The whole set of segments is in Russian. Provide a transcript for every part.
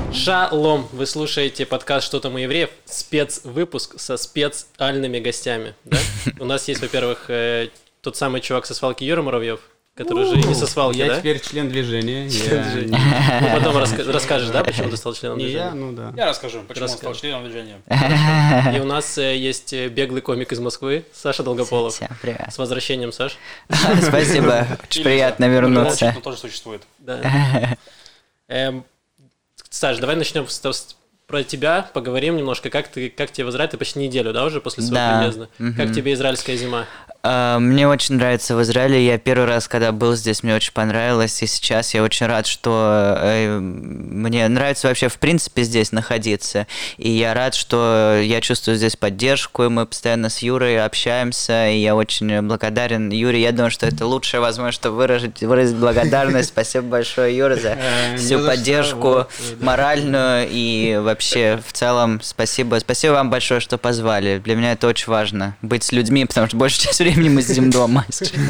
Шалом! Вы слушаете подкаст «Что там у евреев?» Спецвыпуск со специальными гостями. Да? У нас есть, во-первых, тот самый чувак со свалки Юра Муравьев, который же не со свалки, да? Я теперь член движения. Ну, потом расскажешь, да, почему ты стал членом движения? Я расскажу, почему он стал членом движения. И у нас есть беглый комик из Москвы, Саша Долгополов. Всем привет. С возвращением, Саш. Спасибо, очень приятно вернуться. Он тоже существует. Да. Саш, давай начнем про тебя, поговорим немножко. Как тебе в Израиле? Ты почти неделю, да, уже после своего приезда? Как тебе израильская зима? Мне очень нравится в Израиле. Я первый раз, когда был здесь, мне очень понравилось. И сейчас я очень рад, что мне нравится вообще в принципе здесь находиться. И я рад, что я чувствую здесь поддержку. И мы постоянно с Юрой общаемся. И я очень благодарен Юре. Я думаю, что это лучшая возможность, чтобы выразить благодарность. Спасибо большое, Юра, за всю поддержку моральную и вообще в целом спасибо. Спасибо вам большое, что позвали. Для меня это очень важно. Быть с людьми, потому что большую часть времени мы сидим дома.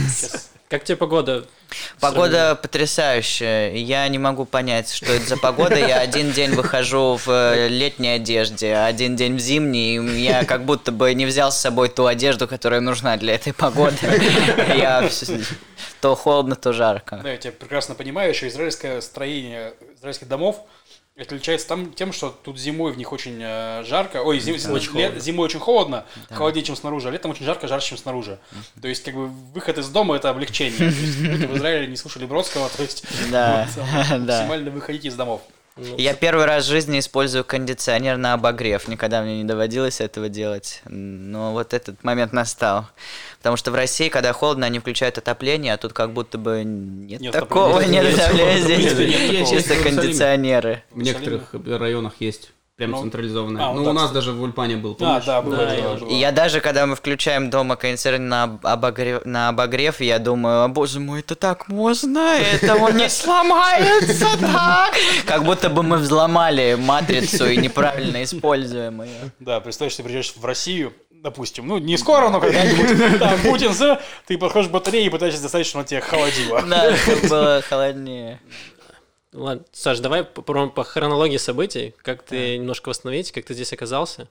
Как тебе погода? Погода потрясающая. Я не могу понять, что это за погода. Я один день выхожу в летней одежде, а один день в зимней. И я как будто бы не взял с собой ту одежду, которая нужна для этой погоды. Я то холодно, то жарко. Да, я тебя прекрасно понимаю. Еще израильское строение израильских домов отличается тем, что тут зимой в них очень жарко. Ой, зимой очень холодно, холоднее, чем снаружи, а летом очень жарко, жарче, чем снаружи. То есть, как бы, выход из дома – это облегчение. То есть, вы в Израиле не слушали Бродского, то есть, максимально выходите из домов. Я первый раз в жизни использую кондиционер на обогрев. Никогда мне не доводилось этого делать. Но вот этот момент настал. Потому что в России, когда холодно, они включают отопление, а тут как будто бы нет такого, нет давления здесь. Чисто кондиционеры. В некоторых районах есть. Прям централизованная. Ну, у нас даже в Ульпане был, помнишь? Да, было. И я даже, когда мы включаем дома кондиционер на обогрев, я думаю, о боже мой, это так можно? Это он не сломается так! Как будто бы мы взломали матрицу и неправильно используем ее. Да, представь, что ты приезжаешь в Россию, допустим, ну, не скоро, но когда-нибудь, там, Путин, ты подходишь к батарее и пытаешься достать, чтобы она тебя холодила. Да, чтобы было холоднее. Ладно, Саш, давай по хронологии событий, как ты немножко восстановить, как ты здесь оказался.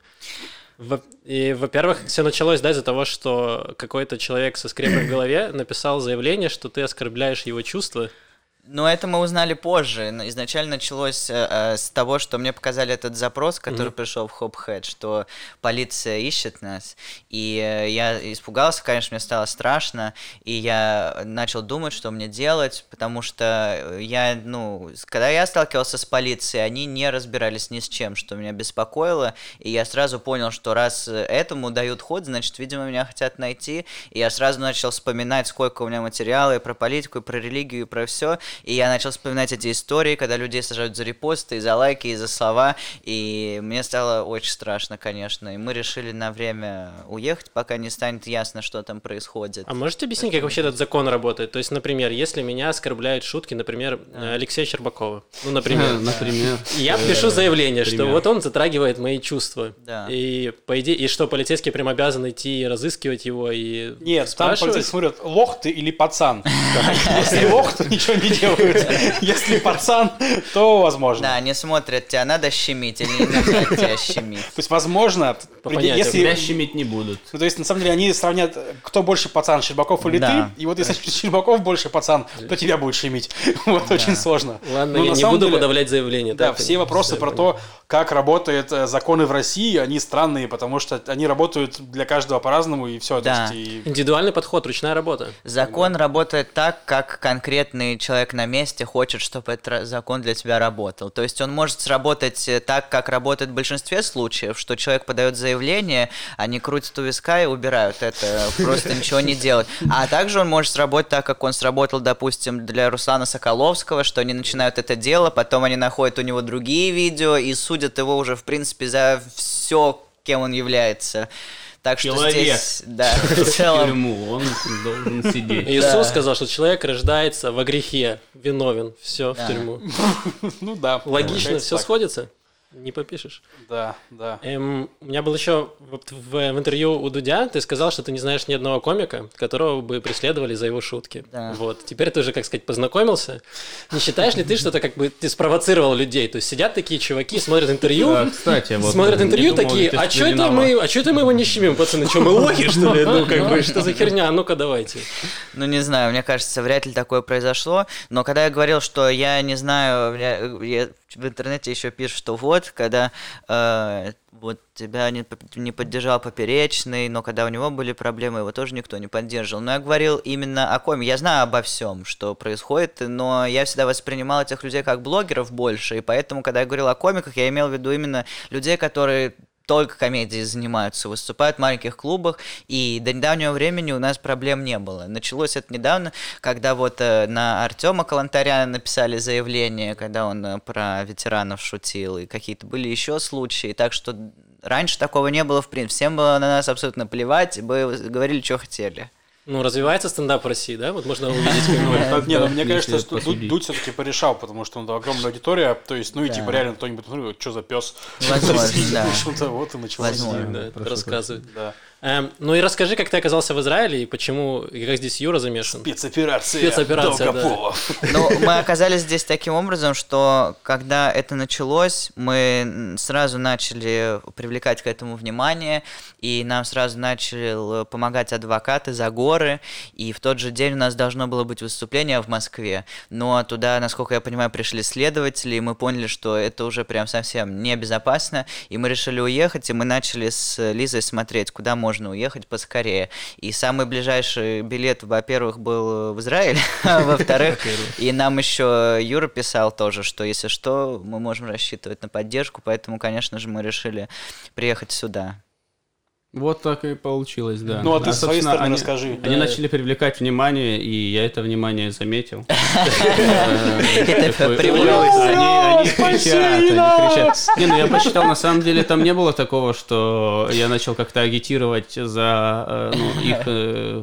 Во-первых, все началось, да, из-за того, что какой-то человек со скрепой в голове написал заявление, что ты оскорбляешь его чувства. Но это мы узнали позже. Изначально началось с того, что мне показали этот запрос, который пришел в Hophead, что полиция ищет нас. И я испугался, конечно, мне стало страшно. И я начал думать, что мне делать, потому что когда я сталкивался с полицией, они не разбирались ни с чем, что меня беспокоило. И я сразу понял, что раз этому дают ход, значит, видимо, меня хотят найти. И я сразу начал вспоминать, сколько у меня материала и про политику, и про религию, и про все. И я начал вспоминать эти истории, когда людей сажают за репосты, и за лайки, и за слова. И мне стало очень страшно, конечно. И мы решили на время уехать, пока не станет ясно, что там происходит. А можете объяснить, как вообще этот закон работает? То есть, например, если меня оскорбляют шутки, например, Алексея Щербакова. Ну, например. Я пишу заявление, что вот он затрагивает мои чувства. И по идее, и что, полицейский прям обязан идти и разыскивать его и Нет, там полицейские смотрят, лох ты или пацан. Если лох, то ничего не делают. Если пацан, то возможно. Да, не смотрят, тебя надо щемить или не надо тебя щемить. То есть, возможно, если тебя щемить не будут. Ну, то есть, на самом деле, они сравнят, кто больше пацан, Щербаков или ты. И вот если Щербаков больше пацан, то тебя будет щемить. Вот очень сложно. Ладно, я не буду подавлять заявление. Да, все вопросы про то, как работают законы в России, они странные, потому что они работают для каждого по-разному, и все. Да. Индивидуальный подход, ручная работа. Закон работает так, как конкретный человек на месте хочет, чтобы этот закон для тебя работал. То есть он может сработать так, как работает в большинстве случаев, что человек подает заявление, они крутят у виска и убирают это, просто ничего не делают. А также он может сработать так, как он сработал, допустим, для Руслана Соколовского, что они начинают это дело, потом они находят у него другие видео и судят его уже, в принципе, за все, кем он является. Так что человек, здесь, да, в целом... тюрьму, он должен сидеть. Иисус сказал, что человек рождается во грехе, виновен, все, в тюрьму. Ну да. Логично, все сходится? Не попишешь. Да. У меня был еще в интервью у Дудя, ты сказал, что ты не знаешь ни одного комика, которого бы преследовали за его шутки. Да. Вот. Теперь ты уже, как сказать, познакомился. Не считаешь ли ты, что это как бы ты спровоцировал людей? То есть сидят такие чуваки, смотрят интервью, смотрят интервью такие, а что это мы его не щемим, пацаны? Что, мы лохи, что ли? Ну, как бы, что за херня? Ну-ка, давайте. Ну, не знаю, мне кажется, вряд ли такое произошло. Но когда я говорил, что я не знаю, в интернете еще пишут, что вот, когда вот тебя не поддержал Поперечный, но когда у него были проблемы, его тоже никто не поддерживал. Но я говорил именно о коме. Я знаю обо всем, что происходит, но я всегда воспринимал этих людей как блогеров больше, и поэтому, когда я говорил о комиках, я имел в виду именно людей, которые только комедией занимаются, выступают в маленьких клубах, и до недавнего времени у нас проблем не было. Началось это недавно, когда вот на Артема Калантаряна написали заявление, когда он про ветеранов шутил, и какие-то были еще случаи, так что раньше такого не было в принципе. Всем было на нас абсолютно плевать, мы говорили, что хотели. Ну, развивается стендап в России, да? Вот можно увидеть. Мне кажется, что Дудь все-таки порешал, потому что он огромная аудитория, то есть, ну и типа реально кто-нибудь, ну, что за пес? Возможно, да. Вот и началось. Рассказывает. Ну и расскажи, как ты оказался в Израиле и почему, и как здесь Юра замешан. Спецоперация Долгополов. Ну, мы оказались здесь таким образом, что когда это началось, мы сразу начали привлекать к этому внимание, и нам сразу начали помогать адвокаты за горы, и в тот же день у нас должно было быть выступление в Москве, но туда, насколько я понимаю, пришли следователи, и мы поняли, что это уже прям совсем небезопасно, и мы решили уехать, и мы начали с Лизой смотреть, куда можно уехать поскорее. И самый ближайший билет, во-первых, был в Израиль, а во-вторых, и нам еще Юра писал тоже, что если что, мы можем рассчитывать на поддержку, поэтому, конечно же, мы решили приехать сюда. Вот так и получилось, да. Ну, а ты с своей стороны расскажи. Они начали привлекать внимание, и я это внимание заметил. Это Они кричат. Не, ну я посчитал, на самом деле там не было такого, что я начал как-то агитировать за их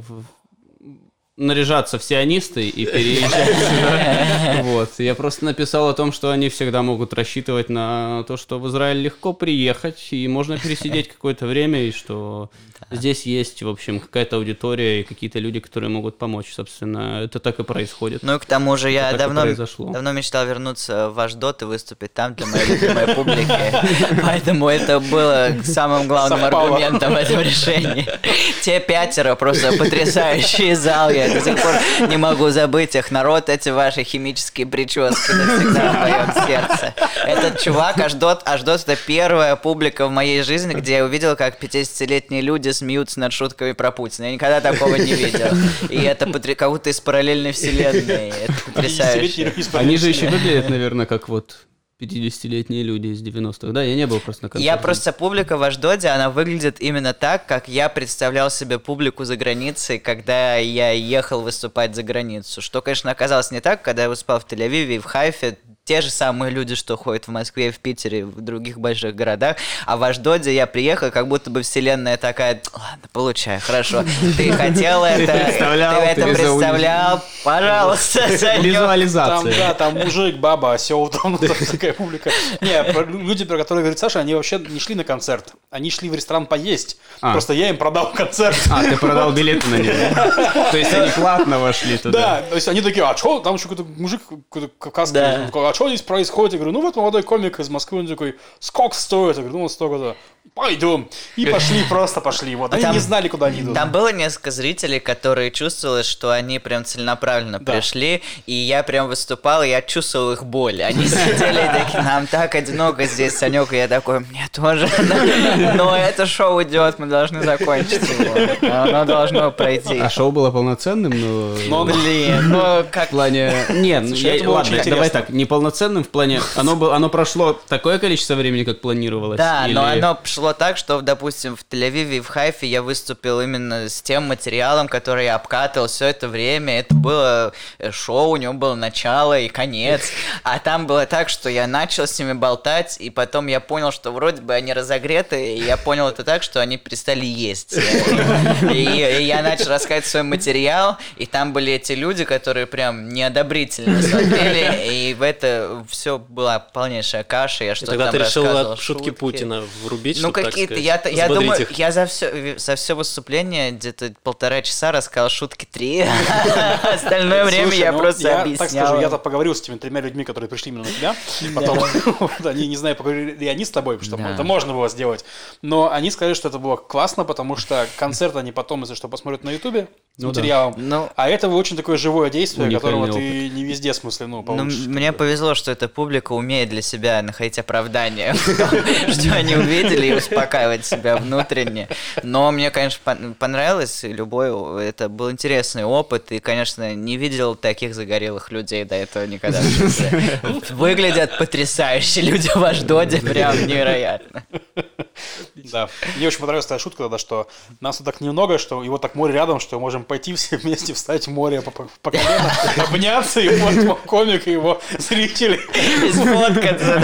наряжаться в сионисты и переезжать сюда. Вот. Я просто написал о том, что они всегда могут рассчитывать на то, что в Израиль легко приехать, и можно пересидеть какое-то время, и что здесь есть, в общем, какая-то аудитория и какие-то люди, которые могут помочь. Собственно, это так и происходит. Ну и к тому же я давно мечтал вернуться в Ашдод и выступить там для моей любимой публики. Поэтому это было самым главным аргументом в этом решении. Те 5 просто потрясающий зал. Я до сих пор не могу забыть их. Народ, эти ваши химические прически навсегда в моем сердце. Этот чувак, Ашдод это первая публика в моей жизни, где я увидел, как 50-летние люди смеются над шутками про Путина. Я никогда такого не видел. И это как будто из параллельной вселенной. Это потрясающе. Они же еще выглядят, наверное, как вот 50-летние люди из 90-х. Да, я не был просто на концерте. Я просто публика в Ашдоде, она выглядит именно так, как я представлял себе публику за границей, когда я ехал выступать за границу. Что, конечно, оказалось не так, когда я выступал в Тель-Авиве и в Хайфе. Те же самые люди, что ходят в Москве, в Питере, в других больших городах. А в Ашдоде я приехал, как будто бы вселенная такая: ладно, получай, хорошо. Ты хотел это, ты это представлял, пожалуйста, визуализация. Там мужик, баба, осел, там такая публика. Не, люди, про которые говорит Саша, они вообще не шли на концерт. Они шли в ресторан поесть. Просто я им продал концерт. Ты продал билеты на него. То есть они платно вошли туда. Да, то есть они такие: а что, там еще какой-то мужик, какой-то кавказский, а что здесь происходит? Я говорю: ну вот молодой комик из Москвы. Он такой: сколько стоит? Я говорю: ну столько-то. Пойдем. И пошли, просто пошли. Вот. Они не знали, куда они идут. Там было несколько зрителей, которые чувствовалось, что они прям целенаправленно пришли, и я прям выступал, и я чувствовал их боль. Они сидели такие: нам так одиноко здесь, Санек, и я такой: мне тоже. Но это шоу идет, мы должны закончить его. Оно должно пройти. А шоу было полноценным, но... Блин, ну как... В плане... Нет, ладно, давай так, неполноценным в плане... Оно прошло такое количество времени, как планировалось? Да, но оно шло так, что, допустим, в Тель-Авиве и в Хайфе я выступил именно с тем материалом, который я обкатывал все это время. Это было шоу, у него было начало и конец. А там было так, что я начал с ними болтать, и потом я понял, что вроде бы они разогреты, и я понял это так, что они перестали есть. И я начал рассказывать свой материал, и там были эти люди, которые прям неодобрительно смотрели, и в это все была полнейшая каша, я что-то тогда там ты решил рассказывал, шутки Путина врубить, ну, чтобы, какие-то, так сказать, я думаю, их. я за все выступление где-то 1,5 часа рассказал шутки 3, остальное время я просто объяснял. Так скажу, я-то поговорил с теми 3 людьми, которые пришли именно на тебя, потом, они, не знаю, поговорили ли они с тобой, потому что это можно было сделать, но они сказали, что это было классно, потому что концерт они потом, если что, посмотрят на Ютубе с материалом, а это очень такое живое действие, которого ты не везде, в смысле, получишь. Мне повезло, что эта публика умеет для себя находить оправдание, что они увидели и успокаивать себя внутренне. Но мне, конечно, понравилось любой, это был интересный опыт, и, конечно, не видел таких загорелых людей до этого никогда в жизни. Выглядят потрясающе люди в Ашдоде, прям невероятно. Да, мне очень понравилась та шутка тогда, что нас тут так немного, что его так море рядом, что можем пойти все вместе, встать в море по колено, обняться, и вот комик, и его зрители. И сфоткаться,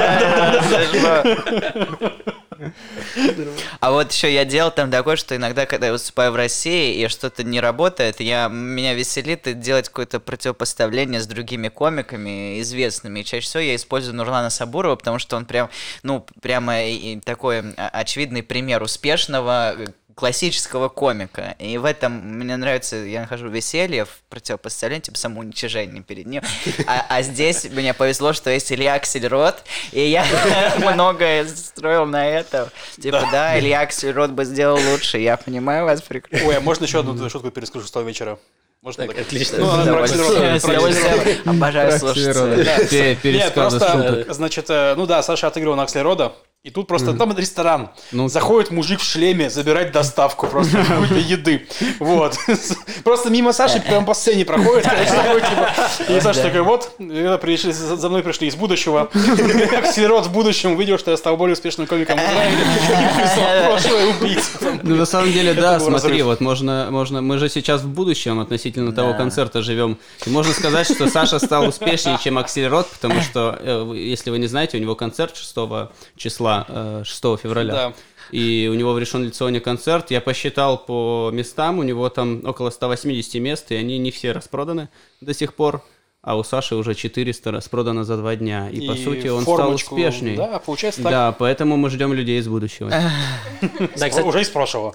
да. А вот еще я делал там такое, что иногда, когда я выступаю в России и что-то не работает, меня веселит делать какое-то противопоставление с другими комиками известными. И чаще всего я использую Нурлана Сабурова, потому что он прямо такой очевидный пример успешного классического комика. И в этом мне нравится, я нахожу веселье в противопоставлении, типа самоуничижение перед ним. А здесь мне повезло, что есть Илья Аксельрод, и я многое строил на этом. Типа, да, Илья Аксельрод бы сделал лучше, я понимаю вас прекрасно. Ой, а можно еще одну шутку перескажу с того вечера? Можно так? Отлично. Обожаю слушать. Нет, просто, значит, Саша отыгрывал на Аксельрода, и тут просто там ресторан. Заходит мужик в шлеме забирать доставку просто какой-то еды. Вот. Просто мимо Саши прям по сцене проходит. И Саша такой, вот, за мной пришли из будущего. Аксельрод в будущем увидел, что я стал более успешным комиком в Израиле. И прислал прошлое убийц. Ну, на самом деле, да, смотри, вот можно, мы же сейчас в будущем относительно того концерта живем. И можно сказать, что Саша стал успешнее, чем Аксельрод, потому что, если вы не знаете, у него концерт 6 числа, 6 февраля. Да. И у него в Ришон-Леционе концерт. Я посчитал по местам, у него там около 180 мест, и они не все распроданы до сих пор. А у Саши уже 400 распродано за 2 дня. И по сути, он стал успешней. Да, получается так. Да, поэтому мы ждем людей из будущего. Да, кстати, уже из прошлого.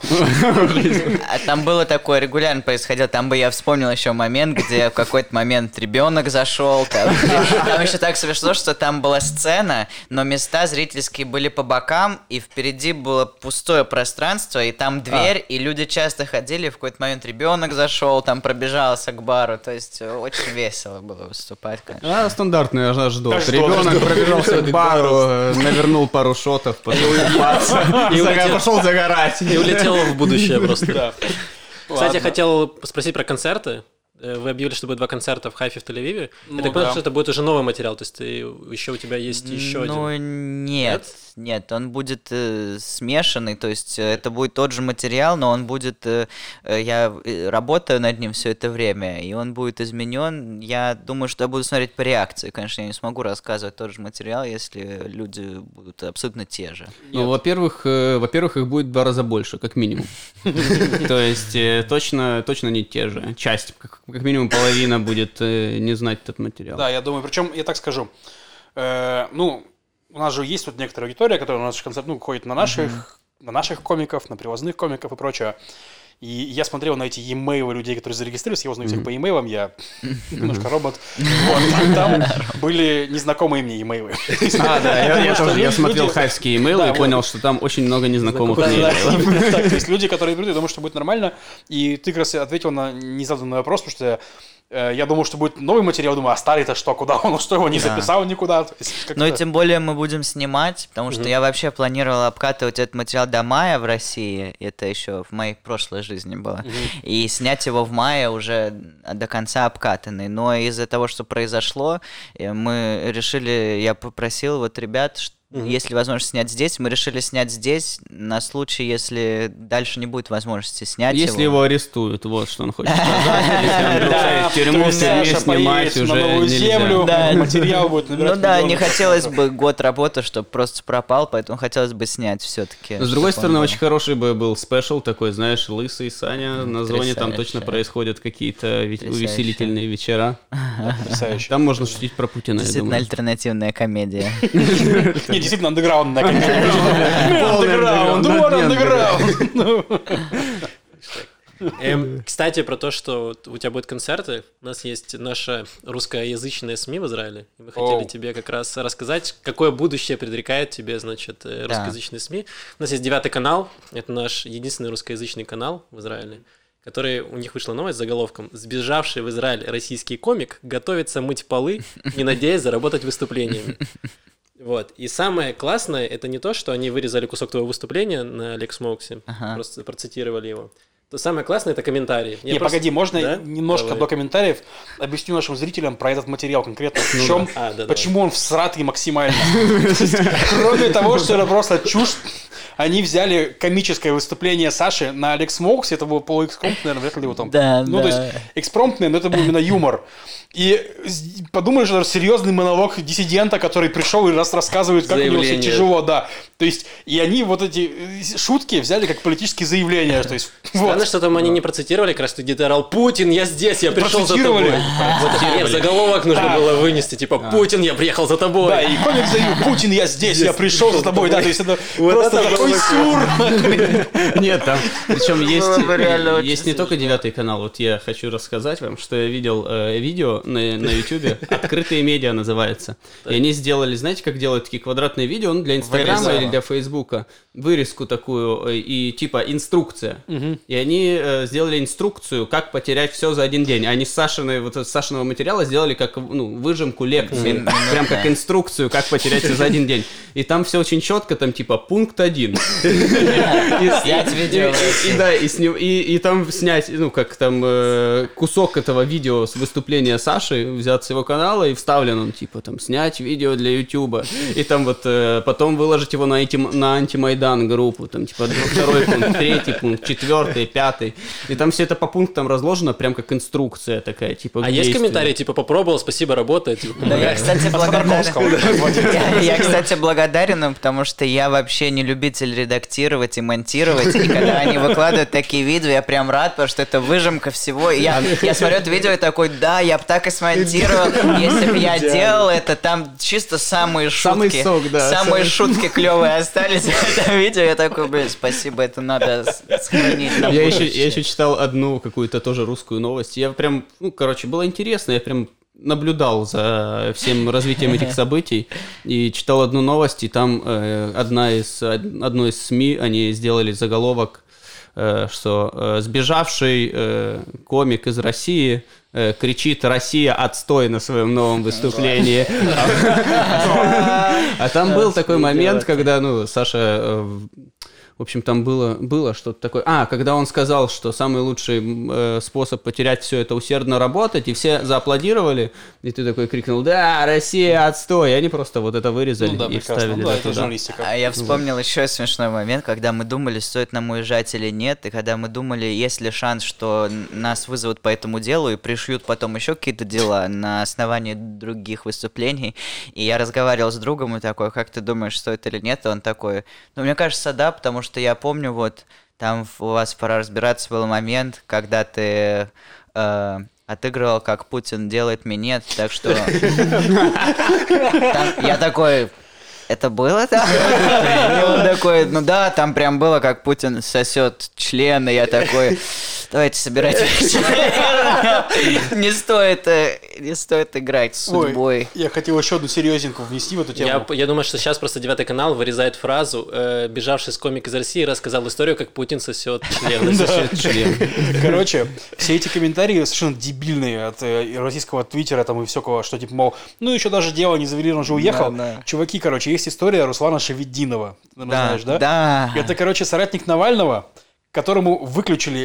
Там было такое, регулярно происходило. Там бы я вспомнил еще момент, где в какой-то момент ребенок зашел. Там еще так смешно, что там была сцена, но места зрительские были по бокам, и впереди было пустое пространство, и там дверь, и люди часто ходили. В какой-то момент ребенок зашел, там пробежался к бару. То есть очень весело было выступать, конечно. Стандартный Ашдод. Ребенок пробежался к бару, навернул пару шотов, пошел пошел загорать. И улетел в будущее просто. Кстати, я хотел спросить про концерты. Вы объявили, что будет 2 концерта в Хайфе, в Тель-Авиве. Я так понимаю, что это будет уже новый материал, то есть еще у тебя есть еще один. Ну, нет, он будет смешанный, то есть это будет тот же материал, но он будет, я работаю над ним все это время, и он будет изменен. Я думаю, что я буду смотреть по реакции. Конечно, я не смогу рассказывать тот же материал, если люди будут абсолютно те же. Ну, во-первых, их будет в 2 раза больше, как минимум. То есть точно не те же. Часть, как минимум половина будет не знать этот материал. Да, я думаю, причем я так скажу, у нас же есть вот некоторая аудитория, которая на наш концерт, ходит на наших комиков, на привозных комиков и прочее. И я смотрел на эти e-mail людей, которые зарегистрировались, я узнаю всех по e-mailам, я немножко робот. Вот, там были незнакомые мне e-mailы. Я смотрел хайфские e-mailы и понял, что там очень много незнакомых e-mailов. То есть люди, которые придут, я думаю, что будет нормально. И ты как раз ответил на незаданный вопрос, потому что я думал, что будет новый материал, думаю, а старый-то что, куда он, что его не записал никуда? Ну и тем более мы будем снимать, потому что я вообще планировал обкатывать этот материал до мая в России, это еще в моей прошлой жизни было, и снять его в мае уже до конца обкатанный, но из-за того, что произошло, мы решили, я попросил вот ребят, есть ли возможность снять здесь. Мы решили снять здесь на случай, если дальше не будет возможности снять его. Если его арестуют, вот что он хочет сказать. Если он бросает тюрьму, снимать уже нельзя. Материал будет набирать. Ну да, не хотелось бы год работы, чтобы просто пропал, поэтому хотелось бы снять все-таки. С другой стороны, очень хороший бы был спешл такой, знаешь, Лысый Саня на зоне, там точно происходят какие-то увеселительные вечера. Там можно шутить про Путина, я думаю. Действительно альтернативная комедия. Не, действительно, андеграундная комедия. Андеграунд. Кстати, про то, что у тебя будут концерты, у нас есть наша русскоязычная СМИ в Израиле, и мы хотели тебе как раз рассказать, какое будущее предрекает тебе, значит, русскоязычные СМИ. У нас есть 9 канал, это наш единственный русскоязычный канал в Израиле, который, у них вышла новость с заголовком «Сбежавший в Израиль российский комик готовится мыть полы, не надеясь заработать выступлениями». Вот. И самое классное, это не то, что они вырезали кусок твоего выступления на Alex Smokes, просто процитировали его. То самое классное — это комментарии. Погоди, можно немножко до комментариев объясню нашим зрителям про этот материал конкретно, в чем, почему он всратый максимально. Кроме того, что это просто чушь, они взяли комическое выступление Саши на Alex Smokes, это было полуэкспромт, наверное, вряд ли его там. То есть экспромтное, но это был именно юмор. И подумали, что это серьезный монолог диссидента, который пришел и рассказывает, как у него все тяжело, да. То есть, и они вот эти шутки взяли как политические заявления. То есть, странно, что там они не процитировали, как раз ты где-то орал: «Путин, я здесь, я пришел за тобой». Нет, заголовок нужно было вынести, типа: «Путин, я приехал за тобой». Да, и комик заявил: «Путин, я здесь, я пришел за тобой». Да, то есть это просто такой сюр. Нет, там, причем есть не только 9 канал. Вот я хочу рассказать вам, что я видел видео на YouTube, «Открытые медиа» называется. И они сделали, знаете, как делают такие квадратные видео, для Инстаграма или для Фейсбука, вырезку такую и типа инструкция. И они сделали инструкцию, как потерять все за один день. Они с Сашиного материала сделали как выжимку лекции, прям как инструкцию, как потерять все за один день. И там все очень четко, там типа пункт 1. Снять видео. И там снять, как там кусок этого видео с выступления Саши, взят с его канала, и вставлен он, типа, там, снять видео для Ютуба, и там вот потом выложить его на антимайдан группу, там, типа, 2 пункт, 3 пункт, 4, 5, и там все это по пунктам разложено, прям как инструкция такая, типа, А есть комментарии, типа: «Попробовал, спасибо, работает». Да, я, кстати, благодарен. Я, кстати, благодарен им, потому что я вообще не любитель редактировать и монтировать, и когда они выкладывают такие видео, я прям рад, потому что это выжимка всего. Я смотрю это видео и такой: да, я бы так и смонтировал, если бы я делал это, там чисто самые шутки, самые шутки клевые остались в этом видео. Я такой: блин, спасибо, это надо сохранить на будущее. Я еще читал одну какую-то тоже русскую новость. Я прям, было интересно, я прям наблюдал за всем развитием этих событий и читал одну новость, и там одной из СМИ они сделали заголовок, что сбежавший комик из России кричит: «Россия, отстой!» на своем новом выступлении. А там был такой момент, когда, Саша... В общем, там было что-то такое. Когда он сказал, что самый лучший способ потерять все — это усердно работать, и все зааплодировали, и ты такой крикнул: «Да, Россия, отстой!» И они просто вот это вырезали и вставили туда. А я вспомнил еще смешной момент, когда мы думали, стоит нам уезжать или нет, и когда мы думали, есть ли шанс, что нас вызовут по этому делу и пришьют потом еще какие-то дела на основании других выступлений. И я разговаривал с другом и такой: «Как ты думаешь, стоит или нет?» И он такой: «Мне кажется, да, потому что я помню, вот там у вас «Пора разбираться» был момент, когда ты отыгрывал, как Путин делает минет, так что...» Я такой: «Это было там?» И он такой: «Ну да, там прям было, как Путин сосет члены». Я такой: «Давайте собирайтесь». Не стоит играть с судьбой. Ой, я хотел еще одну серьезинку внести в эту тему. Я думаю, что сейчас просто 9 канал вырезает фразу: «Бежавший комик из России рассказал историю, как Путин сосет члены». Короче, все эти комментарии совершенно дебильные от российского твиттера там и всякого, что типа, мол, еще даже дело не завели, он же уехал. Чуваки, есть история Руслана Шавиддинова. Ты знаешь, да? Да. Это, соратник Навального, которому выключили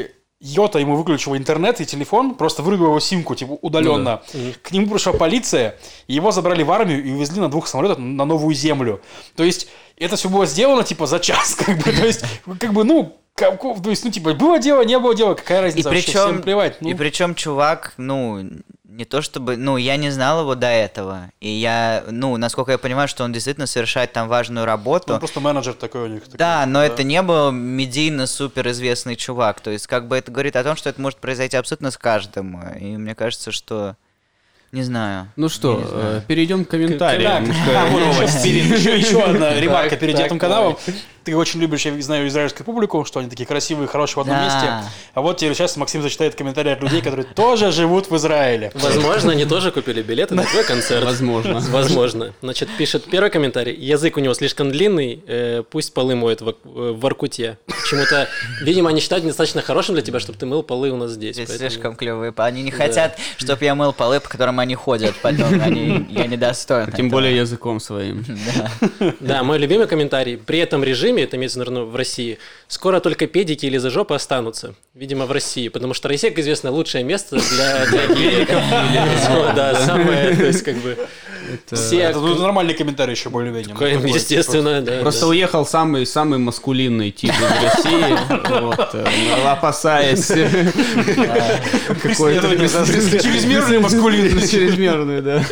Йота ему выключила интернет и телефон, просто вырубила его симку, типа, удаленно. К нему пришла полиция, его забрали в армию и увезли на 2 самолетах на Новую Землю. То есть, это все было сделано, типа, за час, как бы, то есть, как бы, ну... То есть, ну, типа, было дело, не было дела, какая разница, и причем, вообще, всем плевать. И причем чувак, ну, не то чтобы... Ну, я не знал его до этого, и я, ну, насколько я понимаю, что он действительно совершает там важную работу. Он просто менеджер такой у них. Да, но это не был медийно суперизвестный чувак, то есть, как бы это говорит о том, что это может произойти абсолютно с каждым, и мне кажется, что... Не знаю. Ну что, перейдем к комментариям. Еще одна ремарка перед этим каналом. Ты очень любишь, я знаю, израильскую публику, что они такие красивые, хорошие в одном месте. А вот теперь сейчас Максим зачитает комментарии от людей, которые тоже живут в Израиле. Возможно, они тоже купили билеты на твой концерт. Возможно. Возможно. Значит, пишет первый комментарий. Язык у него слишком длинный, пусть полы моет в Воркуте. Почему-то, видимо, они считают недостаточно хорошим для тебя, чтобы ты мыл полы у нас здесь. Здесь слишком клевые. Они не хотят, чтобы я мыл полы, по которым они ходят потом. Я недостоин. Тем более языком своим. Да, мой любимый комментарий. При этом режиме, это имеется, наверное, в России, скоро только педики или зажопы останутся. Видимо, в России. Потому что Россия, как известно, лучшее место для геев. Да, самое, то есть, как бы... Это нормальный комментарий еще более-менее. Естественно, да. Просто уехал самый маскулинный тип из России, опасаясь какой-то... Чрезмерный маскулинный. Чрезмерный, да.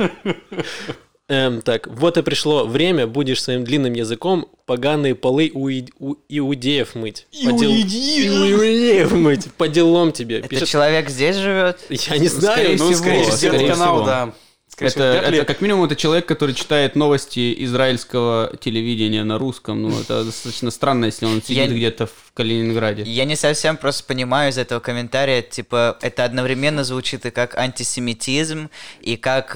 Так, вот и пришло время, будешь своим длинным языком поганые полы у иудеев мыть. Иудеев мыть, по делам тебе. Это человек здесь живет? Я не знаю, но скорее всего. Канал, да. Это как минимум это человек, который читает новости израильского телевидения на русском. Ну, это достаточно странно, если он сидит где-то в Калининграде. Я не совсем просто понимаю из этого комментария, типа, это одновременно звучит и как антисемитизм, и как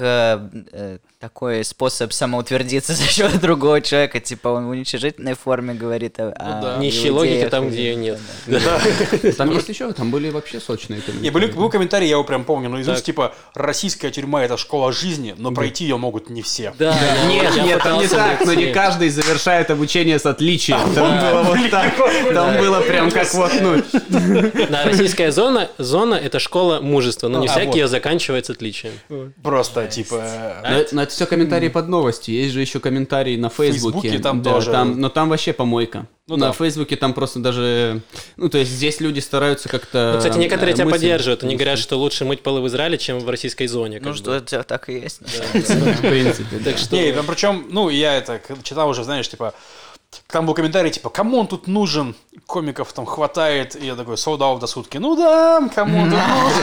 такой способ самоутвердиться за счет другого человека, типа, он в уничижительной форме говорит о нищей логике там, где ее нет. Там есть еще, там были вообще сочные комментарии. Был комментарий, я его прям помню, но из типа, российская тюрьма – это школа жизни, но пройти ее могут не все. Нет, там не так, но не каждый завершает обучение с отличием. Там было вот так, там было прям как вот, ну... Да, российская зона – это школа мужества, но не всякий ее заканчивает с отличием. Просто, типа... Но это все комментарии под новости, есть же еще комментарии на Фейсбуке. Там тоже. Но там вообще помойка. На Фейсбуке там просто даже... Ну, то есть здесь люди стараются как-то... Ну, кстати, некоторые тебя поддерживают. Они говорят, что лучше мыть полы в Израиле, чем в российской зоне. Ну, что это так и есть. В принципе. Не, причем, ну, я это читал уже, знаешь, типа... Там был комментарий, типа, кому он тут нужен? Комиков там хватает. И я такой, sold out до сутки. Ну да, кому он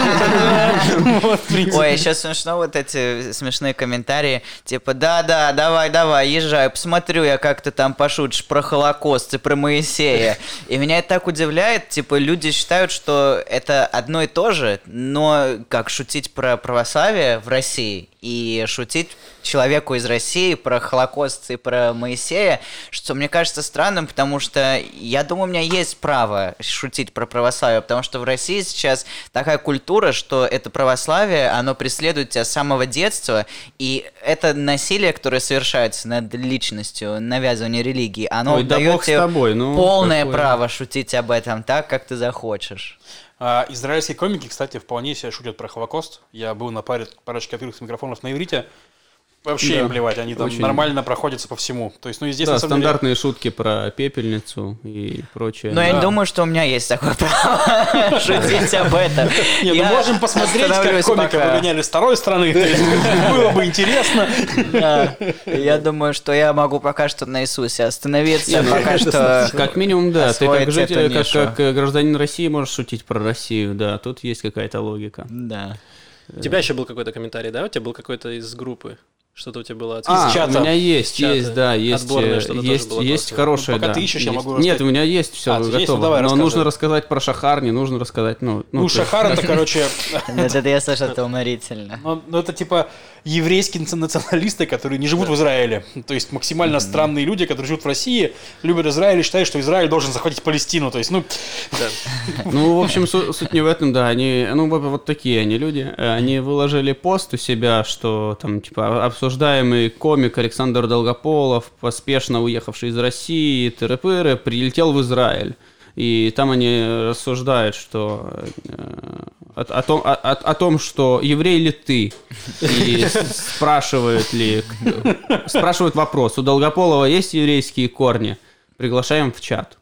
тут нужен? Ой, сейчас смешно вот эти смешные комментарии. Типа, да, давай, езжай, посмотрю я, как ты там пошутишь про Холокост и про Моисея. И меня это так удивляет. Типа, люди считают, что это одно и то же, но как шутить про православие в России и шутить человеку из России про Холокост и про Моисея, что мне кажется странным, потому что я думаю, у меня есть право шутить про православие, потому что в России сейчас такая культура, что это православие, оно преследует тебя с самого детства, и это насилие, которое совершается над личностью, навязывание религии, оно дает тебе полное право шутить об этом так, как ты захочешь. Израильские комики, кстати, вполне себе шутят про Холокост. Я был на парочке открытых микрофонов на иврите. Вообще им плевать, они там нормально проходятся по всему. То есть, ну, и здесь, да, стандартные шутки про пепельницу и прочее. Но я не думаю, что у меня есть такое право шутить об этом. Не, мы можем посмотреть, как комика выгоняли с второй стороны. Было бы интересно. Я думаю, что я могу пока что на Иисусе остановиться. Пока что. Как минимум, да. Ты как житель, как гражданин России можешь шутить про Россию, да. Тут есть какая-то логика. Да. У тебя еще был какой-то комментарий, да? У тебя был какой-то из группы? Что-то у тебя было от чата. У меня есть, да, есть хорошее, пока да. ты ищешь, я могу рассказать. Нет, у меня есть все готово. Но нужно рассказать про Шахар, не нужно рассказать, Ну, Шахар это, короче... Это я слышал, это уморительно. Ну, это типа еврейские националисты, которые не живут в Израиле. То есть максимально странные люди, которые живут в России, любят Израиль и считают, что Израиль должен захватить Палестину. То есть, ну... Ну, в общем, суть не в этом, да. Они, ну, вот такие они люди. Они выложили пост у себя, что там, типа, обсуждаемый комик Александр Долгополов, поспешно уехавший из России, тыры-пыры, прилетел в Израиль. и там они рассуждают, что о том, что еврей ли ты, и спрашивают вопрос, у Долгополова есть еврейские корни? Приглашаем в чат.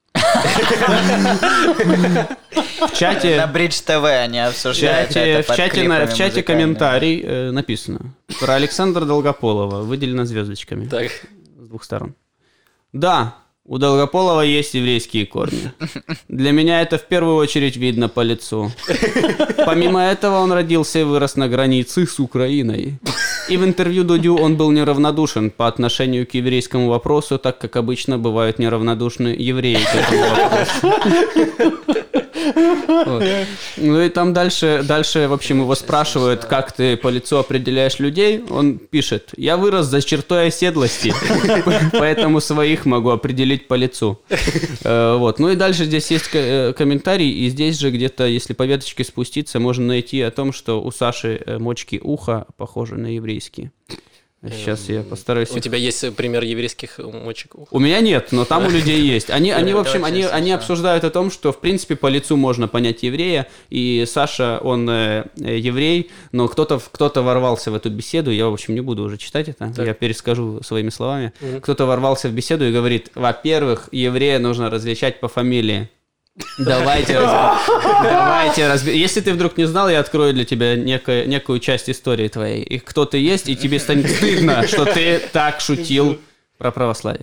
В чате... На Бридж ТВ они обсуждают это под клипами в чате комментарий написано. Про Александра Долгополова выделено звездочками. Так. С двух сторон. Да, у Долгополова есть еврейские корни. Для меня это в первую очередь видно по лицу. Помимо этого он родился и вырос на границе с Украиной. И в интервью Дудю он был неравнодушен по отношению к еврейскому вопросу, так как обычно бывают неравнодушны евреи к этому вопросу. Вот. Ну и там дальше, в общем, его спрашивают, как ты по лицу определяешь людей. Он пишет: я вырос за чертой оседлости, поэтому своих могу определить по лицу. Вот. Ну и дальше здесь есть комментарий, и здесь же где-то, если по веточке спуститься, можно найти о том, что у Саши мочки уха похожи на еврейские. Сейчас я постараюсь. У тебя есть пример еврейских мочек? У меня нет, но там у людей есть. Они в общем, они обсуждают о том, что в принципе по лицу можно понять еврея. И Саша, он еврей, но кто-то ворвался в эту беседу. Я, в общем, не буду уже читать это. Так. Я перескажу своими словами. Кто-то ворвался в беседу и говорит: во-первых, еврея нужно различать по фамилии. Давайте разберем. Если ты вдруг не знал, я открою для тебя некую часть истории твоей. И кто ты есть, и тебе станет стыдно, что ты так шутил про православие.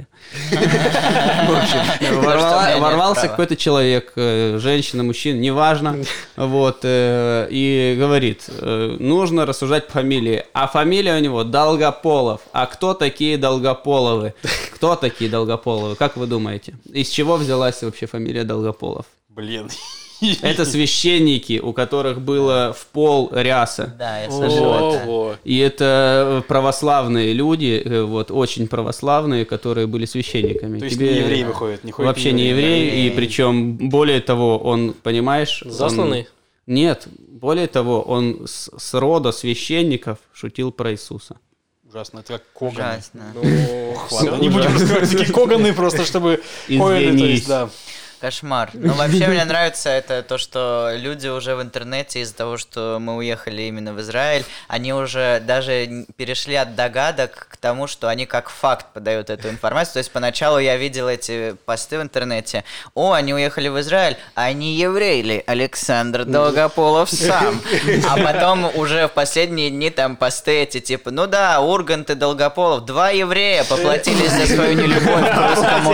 В общем, ворвался какой-то человек, женщина, мужчина, неважно, вот, и говорит: нужно рассуждать по фамилии. А фамилия у него Долгополов. А кто такие Долгополовы? Кто такие Долгополовы? Как вы думаете? Из чего взялась вообще фамилия Долгополов? Блин. Это священники, у которых было в пол ряса. Да, я слышал это. И это православные люди, вот, очень православные, которые были священниками. То есть не еврей выходит? Вообще не еврей, и причем, более того, он, понимаешь... Засланный? Нет, более того, он с рода священников шутил про Иисуса. Ужасно, это как Коганы. Ужасно. Ладно, не будем раскрывать такие Коганы, просто чтобы... Извинись. Кошмар. Ну, вообще, мне нравится это то, что люди уже в интернете из-за того, что мы уехали именно в Израиль, они уже даже перешли от догадок к тому, что они как факт подают эту информацию. То есть поначалу я видел эти посты в интернете: о, они уехали в Израиль, а не еврей ли Александр Долгополов сам? А потом уже в последние дни там посты эти типа: ну да, Ургант и Долгополов, 2 еврея поплатились за свою нелюбовь к русскому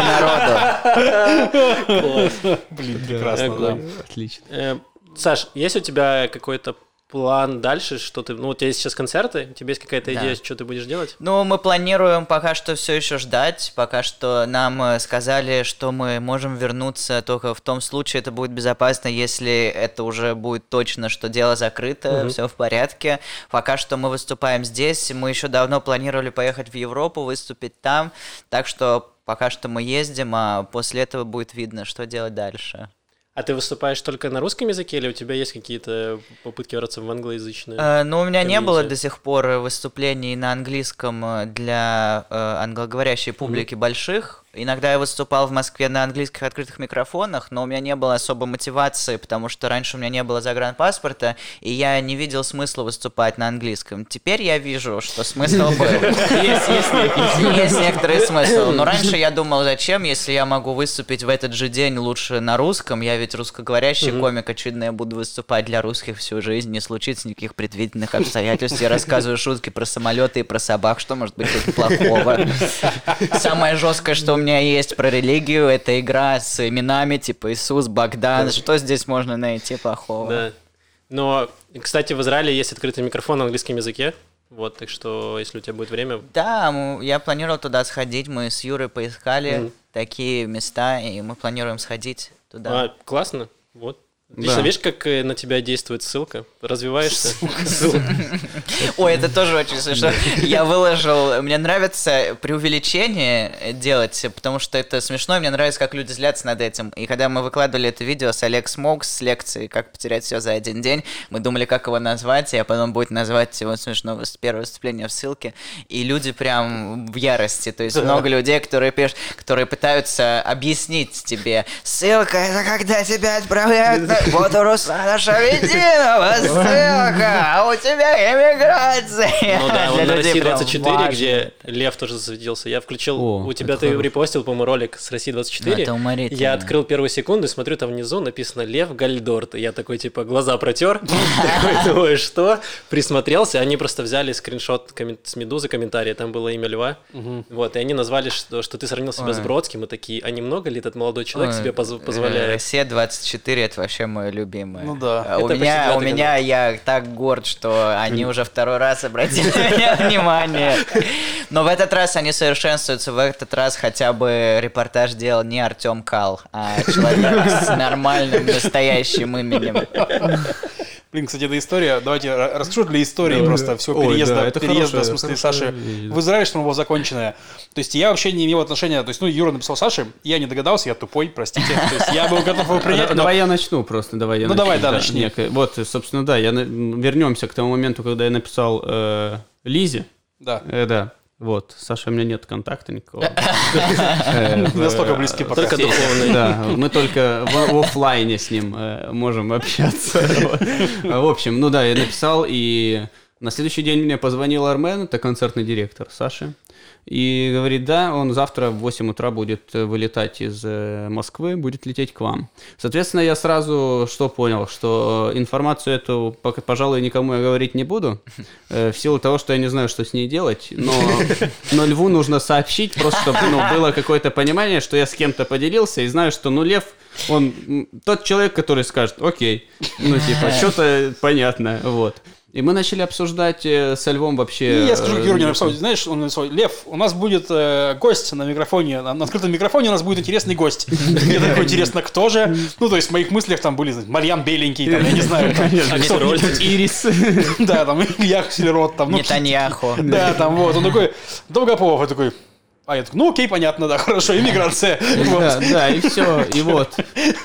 народу. Блин, прекрасно, да. Отлично. Саш, есть у тебя какой-то план дальше, что ты... Ну, у тебя есть сейчас концерты, у тебя есть какая-то идея, что ты будешь делать? Ну, мы планируем пока что все еще ждать, пока что нам сказали, что мы можем вернуться только в том случае, это будет безопасно, если это уже будет точно, что дело закрыто, все в порядке. Пока что мы выступаем здесь, мы еще давно планировали поехать в Европу, выступить там, так что пока что мы ездим, а после этого будет видно, что делать дальше. А ты выступаешь только на русском языке, или у тебя есть какие-то попытки ворваться в англоязычные? Ну, у меня не было до сих пор выступлений на английском для англоговорящей публики больших. Иногда я выступал в Москве на английских открытых микрофонах, но у меня не было особой мотивации, потому что раньше у меня не было загранпаспорта, и я не видел смысла выступать на английском. Теперь я вижу, что смысл был. Есть некоторый смысл. Но раньше я думал, зачем, если я могу выступить в этот же день лучше на русском. Я ведь русскоговорящий комик, очевидно, я буду выступать для русских всю жизнь, не случится никаких предварительных обстоятельств. Я рассказываю шутки про самолеты и про собак, что может быть тут плохого. Самое жесткое, что у меня есть про религию, это игра с именами, типа Иисус, Богдан. Что здесь можно найти плохого? Да. Но, кстати, в Израиле есть открытый микрофон на английском языке. Вот, так что, если у тебя будет время... Да, я планировал туда сходить, мы с Юрой поискали такие места, и мы планируем сходить туда. Классно, вот. Лично видишь, как на тебя действует ссылка? Развиваешься? Ой, это тоже очень смешно. Я выложил... Мне нравится преувеличение делать, потому что это смешно, и мне нравится, как люди злятся над этим. И когда мы выкладывали это видео с Олег Смоукс с лекцией «Как потерять все за один день», мы думали, как его назвать, а потом будет назвать его смешно первое выступление в ссылке. И люди прям в ярости. То есть много людей, которые пишут, которые пытаются объяснить тебе. Ссылка — это когда тебя отправляют на... Вот у Руслана Шавединова ссылка, а у тебя иммиграция. Ну да, вот на России 24, где Лев тоже засветился. Я включил, у тебя ты репостил, по-моему, ролик с России 24. Это уморительно. Я открыл первую секунду и смотрю, там внизу написано Лев Гальдорт. И я такой, типа, глаза протер. Такой, думаю, что? Присмотрелся. Они просто взяли скриншот с Медузы комментария, там было имя Льва. Вот, и они назвали, что ты сравнил себя с Бродским. И такие, а немного ли этот молодой человек себе позволяет? Россия 24 — это вообще мое любимое. Ну да. У меня я так горд, что они уже второй раз обратили на меня внимание. Но в этот раз они совершенствуются. В этот раз хотя бы репортаж делал не Артем Кал, а человек с нормальным настоящим именем. Блин, кстати, эта история, давайте расскажу для истории просто всего переезда, в смысле, Саши в Израиль, что она была законченная. То есть я вообще не имел отношения, то есть, Юра написал Саше, я не догадался, я тупой, простите. То есть я был готов его принять. Давай я начну просто, давай, начни. Вот, собственно, да, вернемся к тому моменту, когда я написал Лизе. Да. Да. Вот, Саша, у меня нет контакта никакого. Настолько близкий пока. Только духовный. Да, мы только в офлайне с ним можем общаться. В общем, ну да, я написал, и на следующий день мне позвонил Армен, это концертный директор Саши, и говорит, да, он завтра в 8 утра будет вылетать из Москвы, будет лететь к вам. Соответственно, я сразу что понял, что информацию эту, пожалуй, никому я говорить не буду, в силу того, что я не знаю, что с ней делать, но Льву нужно сообщить, просто чтобы было какое-то понимание, что я с кем-то поделился, и знаю, что, Лев, он тот человек, который скажет, окей, что-то понятно, вот. И мы начали обсуждать со Львом вообще... И я скажу, Юрий написал, знаешь, он написал, Лев, у нас будет гость на микрофоне, на открытом микрофоне у нас будет интересный гость. Мне такой, интересно, кто же? Ну, то есть в моих мыслях там были, Марьян Беленький, там, я не знаю, Ирис. Да, там, Илья Хсилерот, там. Нетаньяху. Да, там, вот, он такой, Долгополов, я такой... А я такой, окей, понятно, да, хорошо, иммиграция. Да, и все, и вот.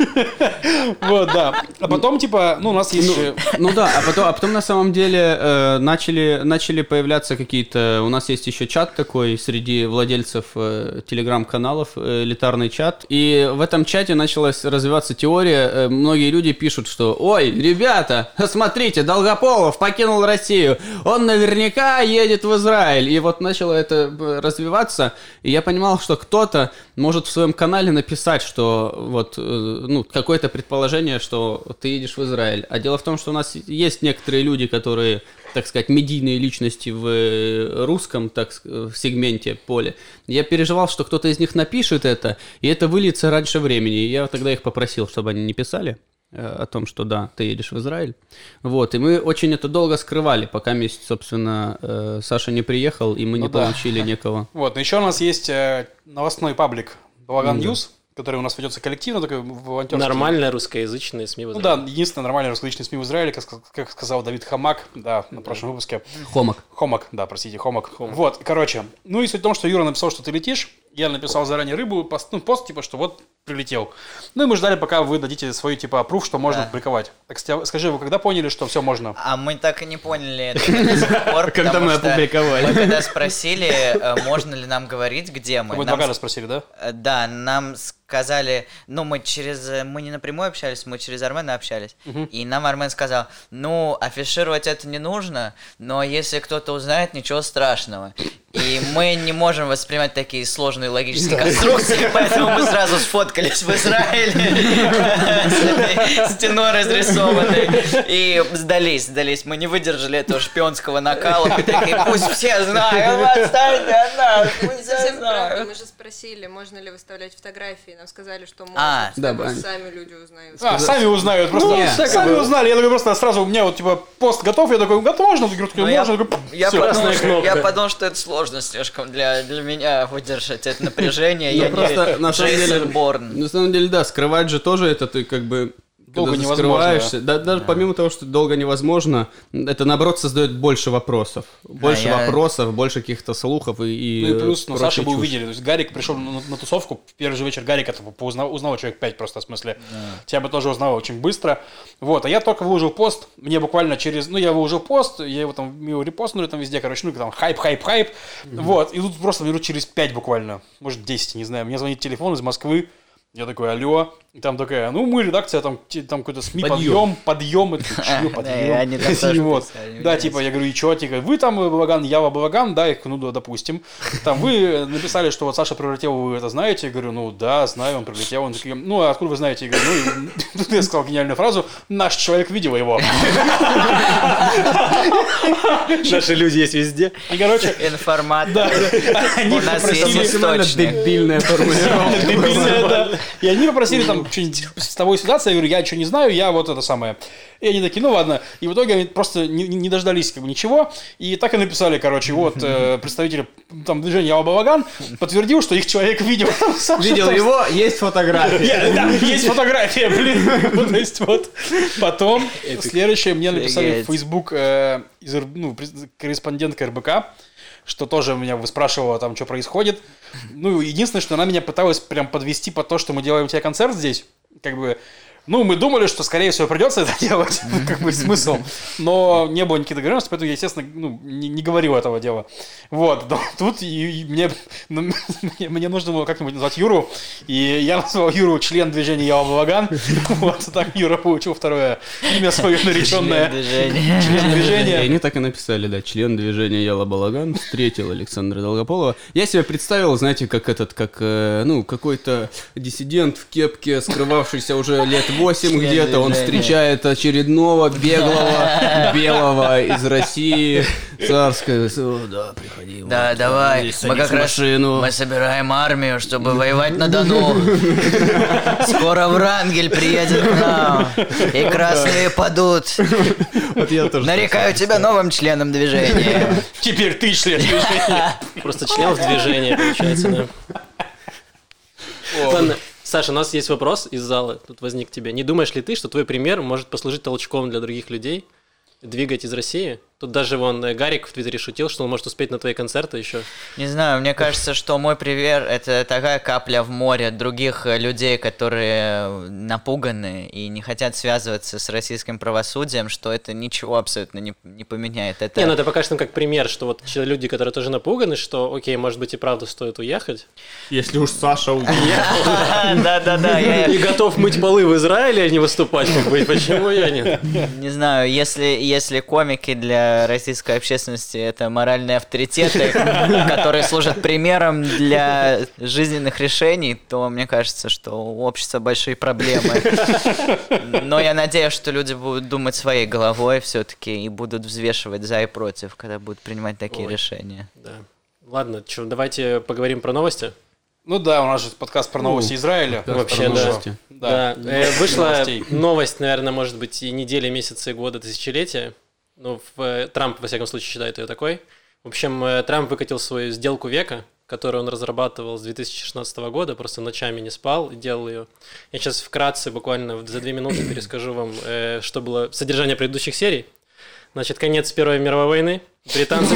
Вот, да. А потом, у нас есть... Ну да, а потом на самом деле начали появляться какие-то... У нас есть еще чат такой среди владельцев телеграм-каналов, элитарный чат. И в этом чате началась развиваться теория. Многие люди пишут, что «Ой, ребята, смотрите, Долгополов покинул Россию, он наверняка едет в Израиль». И вот начало это развиваться. И я понимал, что кто-то может в своем канале написать, что вот, какое-то предположение, что ты едешь в Израиль. А дело в том, что у нас есть некоторые люди, которые, так сказать, медийные личности в русском, в сегменте поля. Я переживал, что кто-то из них напишет это, и это выльется раньше времени. И я тогда их попросил, чтобы они не писали о том, что да, ты едешь в Израиль. Вот, и мы очень это долго скрывали, пока, собственно, Саша не приехал, и мы не получили некого. Вот, но еще у нас есть новостной паблик Балаган Ньюс, который у нас ведется коллективно, такой волонтерский. Нормальные русскоязычные СМИ в Израиле. Ну да, единственное нормальные русскоязычные СМИ в Израиле, как сказал Давид Хамак, да, на прошлом выпуске. Хомак, да, простите, Хомак. Вот, короче, и суть в том, что Юра написал, что ты летишь, я написал заранее рыбу, пост, типа, что вот прилетел. Ну и мы ждали, пока вы дадите свой, типа, пруф, что можно публиковать. Так скажи, вы когда поняли, что все можно? А мы так и не поняли это до сих пор, когда мы опубликовали. Мы когда спросили, можно ли нам говорить, где мы. Вы два раза спросили, да? Да, нам сказали, мы не напрямую общались, мы через Армена общались. И нам Армен сказал, афишировать это не нужно, но если кто-то узнает, ничего страшного. И мы не можем воспринимать такие сложные логические конструкции, поэтому мы сразу сфоткались в Израиле с стеной разрисованной и сдались. Мы не выдержали этого шпионского накала. Мы такие, пусть все знают, отстаньте от нас, пусть все знают. Мы же спросили, можно ли выставлять фотографии, нам сказали, что можно, чтобы сами люди узнают. Сами узнают, просто сами узнали. Я такой просто сразу, у меня вот типа пост готов, я такой, можно? Я подумал, что это сложно слишком для меня выдержать это напряжение. Я просто не Джейсон Борн. На самом деле, да, скрывать же тоже это ты как бы... долго невозможно. Даже помимо того, что долго невозможно, это, наоборот, создает больше вопросов. Больше вопросов, больше каких-то слухов и плюс, Саша бы увидели. То есть Гарик пришел на тусовку, в первый же вечер Гарика узнал человек 5 просто, в смысле. Тебя бы тоже узнал очень быстро. Вот, а я только выложил пост, мне буквально я выложил пост, я его там репостнули там везде, короче, там хайп. Вот, и тут просто минут через 5 буквально, может 10, не знаю, мне звонит телефон из Москвы. Я такой, алло, и там такая, мы редакция, там какой-то СМИ, подъем, это чё, подъем? Да, типа, я говорю, и чё, типа, вы там Балаган, я Балаган, да, их, допустим. Там вы написали, что вот Саша прилетел, вы это знаете? Я говорю, да, знаю, он прилетел. Он такой, а откуда вы знаете? Я говорю, тут я сказал гениальную фразу, наш человек видел его. Наши люди есть везде. И, короче... Информатор. У нас есть источник. Дебильная формулировка. И они попросили там что-нибудь с тобой связаться. Я говорю, я ничего не знаю, я вот это самое. И они такие, ладно. И в итоге они просто не дождались ничего. И так и написали, короче, вот представитель там движения Ява Балаган подтвердил, что их человек видел. Видел его, есть фотография. Да, есть фотография, блин. То есть вот. Потом следующее мне написали в Facebook корреспондентка РБК, что тоже меня выспрашивала там, что происходит. Единственное, что она меня пыталась прям подвести под то, что мы делаем у тебя концерт здесь. Как бы, мы думали, что, скорее всего, придется это делать. Как бы смысл. Но не было никаких договоренностей, поэтому я, естественно, не говорил этого дела. Вот. Тут мне нужно было как-нибудь назвать Юру. И я назвал Юру член движения Ява Балаган. Вот. Так Юра получил второе имя свое нареченное. Член движения. И они так и написали, да, член движения Ява Балаган встретил Александра Долгополова. Я себя представил, знаете, как какой-то диссидент в кепке, скрывавшийся уже лет 8 где-то, он встречает очередного белого из России. Царское, да, приходи. Да, давай, мы как раз мы собираем армию, чтобы воевать на Дону. Скоро Врангель приедет к нам, и красные падут. Вот я тоже. Нарекаю тебя новым членом движения. Теперь ты член движения. Просто член в движении, получается, да. Ладно. Саша, у нас есть вопрос из зала, тут возник тебе. Не думаешь ли ты, что твой пример может послужить толчком для других людей, двигать из России? Тут даже Гарик в Твиттере шутил, что он может успеть на твои концерты еще. Не знаю, мне кажется, что мой пример – это такая капля в море других людей, которые напуганы и не хотят связываться с российским правосудием, что это ничего абсолютно не поменяет. Это... это покажет нам как пример, что вот люди, которые тоже напуганы, что, окей, может быть и правда стоит уехать. Если уж Саша уехал. Да-да-да. И готов мыть полы в Израиле, а не выступать, почему я нет? Не знаю, если комики для российской общественности это моральные авторитеты, которые служат примером для жизненных решений, то мне кажется, что у общества большие проблемы. Но я надеюсь, что люди будут думать своей головой все-таки и будут взвешивать за и против, когда будут принимать такие решения. Да. Ладно, давайте поговорим про новости. У нас же подкаст про новости Израиля. Вообще, да. Вышла новость, наверное, может быть, и недели, месяцы, года, тысячелетия. Трамп, во всяком случае, считает ее такой. В общем, Трамп выкатил свою сделку века, которую он разрабатывал с 2016 года, просто ночами не спал и делал ее. Я сейчас вкратце, буквально за 2 минуты перескажу вам, что было содержание предыдущих серий. Значит, конец Первой мировой войны. Британцы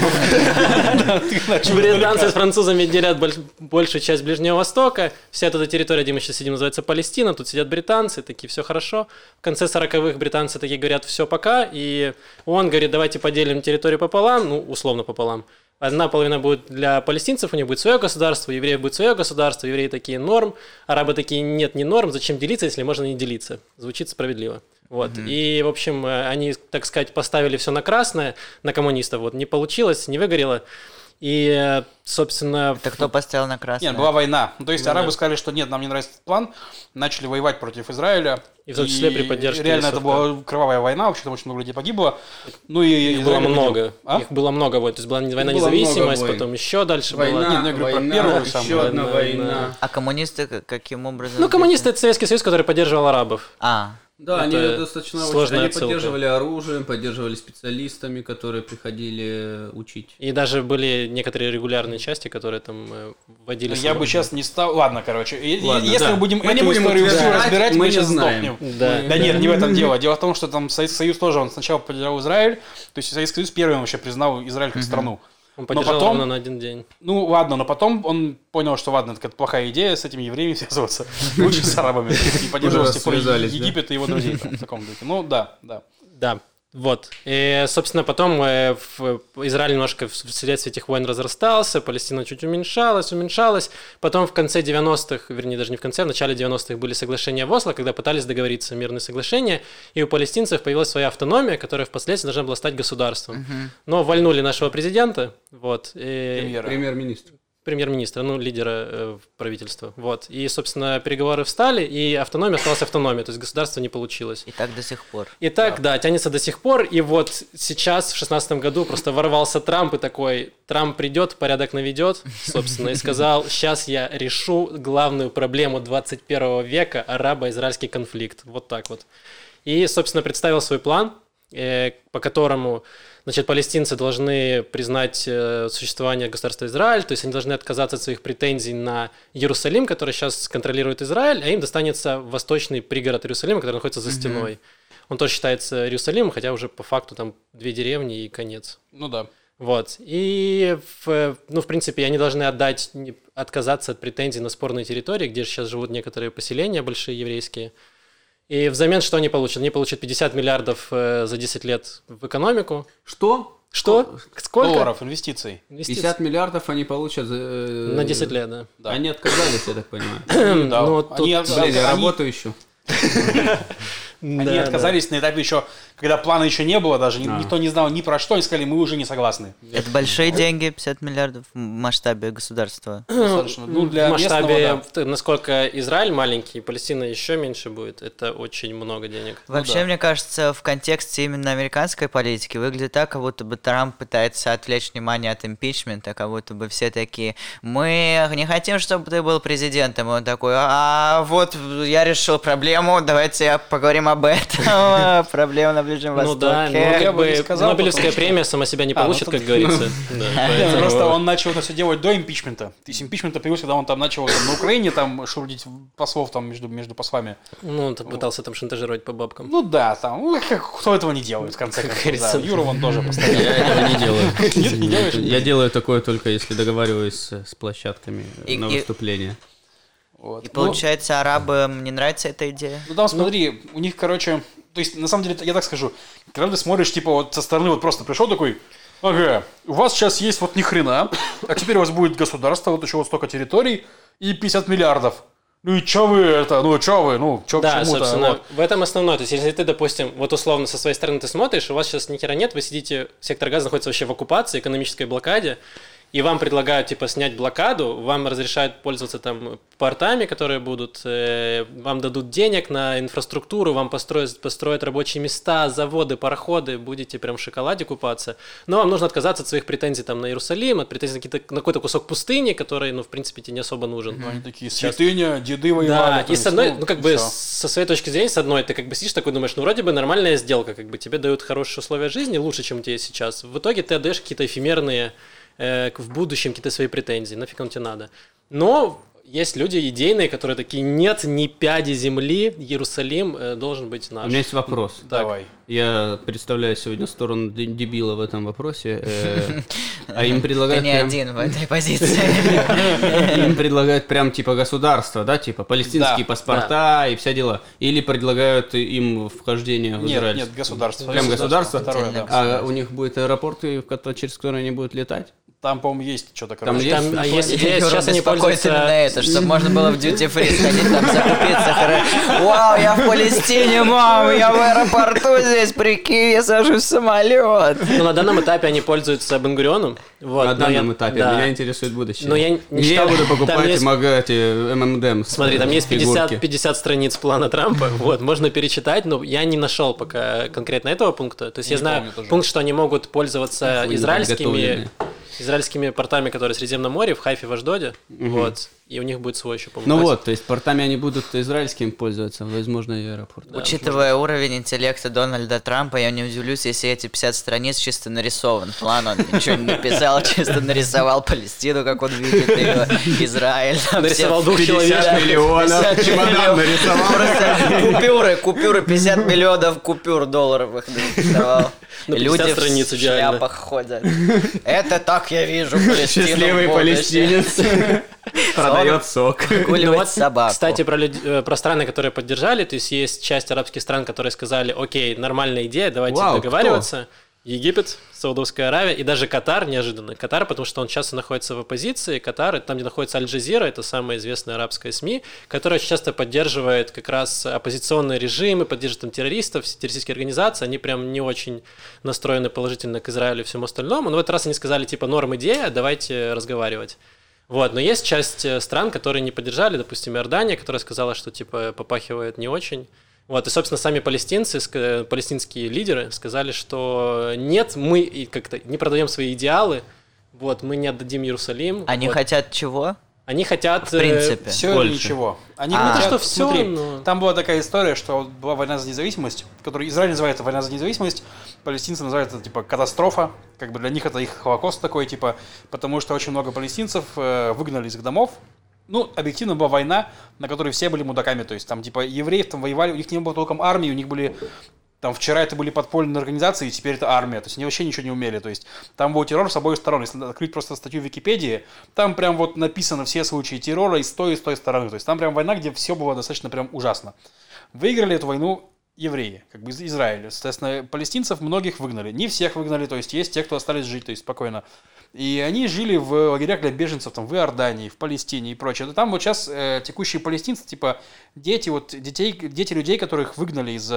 с французами делят большую часть Ближнего Востока. Вся эта территория, где мы сейчас сидим, называется Палестина. Тут сидят британцы, такие, все хорошо. В конце 40-х британцы такие говорят, все, пока. И он говорит, давайте поделим территорию пополам, условно пополам. Одна половина будет для палестинцев, у них будет свое государство, у евреев будет свое государство, евреи такие норм, арабы такие нет, не норм, зачем делиться, если можно не делиться. Звучит справедливо. Вот. И, в общем, они, так сказать, поставили все на красное, на коммунистов. Не получилось, не выгорело. И, собственно... Это кто поставил на красное? Нет, была война. То есть арабы сказали, что нет, нам не нравится этот план, начали воевать против Израиля. И в том числе при поддержке реально это была кровавая война, вообще там очень много людей погибло. Их было много. Их было много. То есть была война независимость, потом еще дальше была. Нет, я говорю про первую самую. Еще одна война. А коммунисты каким образом? Коммунисты — это Советский Союз, который поддерживал арабов. Да, они достаточно очень... Они поддерживали оружием, поддерживали специалистами, которые приходили учить. И даже были некоторые регулярные части, которые там вводили... Я бы сейчас не стал... Ладно, короче, если мы будем эту историю всю разбирать, мы сейчас сдохнем. Да, нет, не в этом дело. Дело в том, что там Советский Союз тоже, он сначала поддержал Израиль, то есть Советский Союз первым вообще признал Израиль как страну. Он поддержал ровно на один день. Ну ладно, но потом он понял, что ладно, это плохая идея с этими евреями связываться. Лучше с арабами. И поддерживал с тех пор Египет и его друзей в таком духе. Ну да. Да, вот. И, собственно, потом Израиль немножко вследствие этих войн разрастался, Палестина чуть уменьшалась. Потом в конце 90-х, вернее, даже не в конце, в начале 90-х были соглашения в Осло, когда пытались договориться, мирные соглашения, и у палестинцев появилась своя автономия, которая впоследствии должна была стать государством. Но вольнули нашего президента, вот. Премьер-министра, лидера правительства. Вот. И, собственно, переговоры встали, и автономия осталась автономией, то есть государство не получилось. И так до сих пор. И так, да, тянется до сих пор. И вот сейчас, в 2016 году, просто ворвался Трамп и такой, Трамп придет, порядок наведет, собственно, и сказал, сейчас я решу главную проблему 21 века, арабо-израильский конфликт. Вот так вот. И, собственно, представил свой план, по которому... Значит, палестинцы должны признать существование государства Израиль, то есть они должны отказаться от своих претензий на Иерусалим, который сейчас контролирует Израиль, а им достанется восточный пригород Иерусалима, который находится за стеной. Он тоже считается Иерусалимом, хотя уже по факту там 2 деревни и конец. Ну да. Вот. И, в принципе, они должны отказаться от претензий на спорные территории, где сейчас живут некоторые поселения большие еврейские. И взамен что они получат? Они получат 50 миллиардов за 10 лет в экономику. Что? Сколько? Долларов инвестиций. 50 миллиардов они получат на 10 лет, да. Они отказались, я так понимаю. Я работаю еще. Они отказались на этапе еще, когда плана еще не было, даже никто не знал ни про что, они сказали, мы уже не согласны. Это большие деньги, 50 миллиардов в масштабе государства. Достаточно. Для в масштабе, насколько Израиль маленький, Палестина еще меньше будет, это очень много денег. Вообще, мне кажется, в контексте именно американской политики выглядит так, как будто бы Трамп пытается отвлечь внимание от импичмента, как будто бы все такие, мы не хотим, чтобы ты был президентом. И он такой, вот я решил проблему, давайте поговорим об этом. Проблема на Ближнем Востоке. Ну да, Нобелевская премия сама себя не получит, как говорится. Просто он начал это все делать до импичмента. То есть импичмент появился, когда он там начал на Украине там шурдить послов там между послами. Ну, он пытался там шантажировать по бабкам. Ну да, там, кто этого не делает, в конце концов. Юра вон тоже постоянно. Я этого не делаю. Нет, не делаешь? Я делаю такое только если договариваюсь с площадками на выступление. И получается, арабам не нравится эта идея? Ну там смотри, у них, короче, то есть на самом деле, я так скажу, когда ты смотришь, типа вот со стороны вот просто пришел такой, ага, у вас сейчас есть вот ни хрена, а теперь у вас будет государство, вот еще вот столько территорий и 50 миллиардов. Ну и чё вы это, чё да, к чему-то? Собственно, вот. В этом основное. То есть, если ты, допустим, вот условно со своей стороны ты смотришь, у вас сейчас ни хера нет, вы сидите, сектор газа находится вообще в оккупации, экономической блокаде, и вам предлагают, типа, снять блокаду, вам разрешают пользоваться там портами, которые будут, вам дадут денег на инфраструктуру, вам построят рабочие места, заводы, пароходы, будете прям в шоколаде купаться. Но вам нужно отказаться от своих претензий там на Иерусалим, от претензий на какой-то кусок пустыни, который, в принципе, тебе не особо нужен. Они такие, святыня, деды воевали. Да, и с одной, со своей точки зрения, с одной, ты как бы сидишь такой, думаешь, вроде бы нормальная сделка, как бы тебе дают хорошие условия жизни, лучше, чем у тебя сейчас. В итоге ты отдаешь какие-то эфемерные в будущем какие-то свои претензии, нафиг он тебе надо. Но есть люди идейные, которые такие, нет, ни пяди земли, Иерусалим должен быть наш. У меня есть вопрос. Давай. Я представляю сегодня сторону дебила в этом вопросе. А им предлагают... Ты не один в этой позиции. Им предлагают прям типа государство, да, типа палестинские паспорта и вся дела. Или предлагают им вхождение в Израиль? Нет, государство. Прям государство? Второе, да. А у них будут аэропорты, через которые они будут летать? Там, по-моему, есть что-то. Там есть? Сейчас они пользуются... именно это, чтобы можно было в duty-free сходить, там закупиться. Вау, я в Палестине, мам, я в аэропорту здесь, прикинь, я сажусь в самолет. Ну, на данном этапе они пользуются Бен-Гурионом. Вот, на данном этапе. Да. Меня интересует будущее. Но я не читал, я буду покупать эти ММДМ. Смотри, там есть 50 страниц плана Трампа. Вот, можно перечитать, но я не нашел пока конкретно этого пункта. То есть я знаю пункт, что они могут пользоваться израильскими портами, которые в Средиземном море, в Хайфе, в Ашдоде. Вот. и у них будет свой еще, по-моему. Ну вот, то есть портами они будут израильским пользоваться, возможно, и аэропорт. Да, учитывая уровень интеллекта Дональда Трампа, я не удивлюсь, если эти 50 страниц чисто нарисован план, он ничего не написал, чисто нарисовал Палестину, как он видит ее, Израиль. Нарисовал 2 человек. 50 миллионов, чемодан нарисовал. Купюры, 50 миллионов купюр долларовых нарисовал. Люди в шляпах ходят. Это так я вижу Палестину. Счастливый палестинец продает сок. Гуливать собаку. Кстати, про страны, которые поддержали, то есть часть арабских стран, которые сказали, окей, нормальная идея, давайте договариваться. Египет, Саудовская Аравия и даже Катар, неожиданно. Катар, потому что он часто находится в оппозиции. Катар, там, где находится Аль-Джазира, это самая известная арабская СМИ, которая часто поддерживает как раз оппозиционные режимы, поддерживает там террористов, террористические организации. Они прям не очень настроены положительно к Израилю и всему остальному. Но в этот раз они сказали, типа, норм идея, давайте разговаривать. Вот, но есть часть стран, которые не поддержали, допустим, Иордания, которая сказала, что, типа, попахивает не очень. Вот, и, собственно, сами палестинские лидеры сказали, что нет, мы как-то не продаем свои идеалы, вот, мы не отдадим Иерусалим. Они хотят чего? Они хотят... В принципе. Все или ничего. Они хотят, что все, смотри, но... там была такая история, что была война за независимость, которую Израиль называет война за независимость, палестинцы называют это, типа, катастрофа, как бы для них это их Холокост такой, типа, потому что очень много палестинцев выгнали из их домов. Ну, объективно была война, на которой все были мудаками, то есть там, типа, евреев там воевали, у них не было толком армии, у них были, там, вчера это были подпольные организации, и теперь это армия, то есть они вообще ничего не умели, то есть там был террор с обоих сторон, если открыть просто статью в Википедии, там прям вот написано все случаи террора и с той стороны, то есть там прям война, где все было достаточно прям ужасно. Выиграли эту войну евреи, как бы из Израиля, соответственно, палестинцев многих выгнали, не всех выгнали, то есть есть те, кто остались жить, то есть спокойно. И они жили в лагерях для беженцев там, в Иордании, в Палестине и прочее. Там вот сейчас текущие палестинцы, типа дети людей, которых выгнали из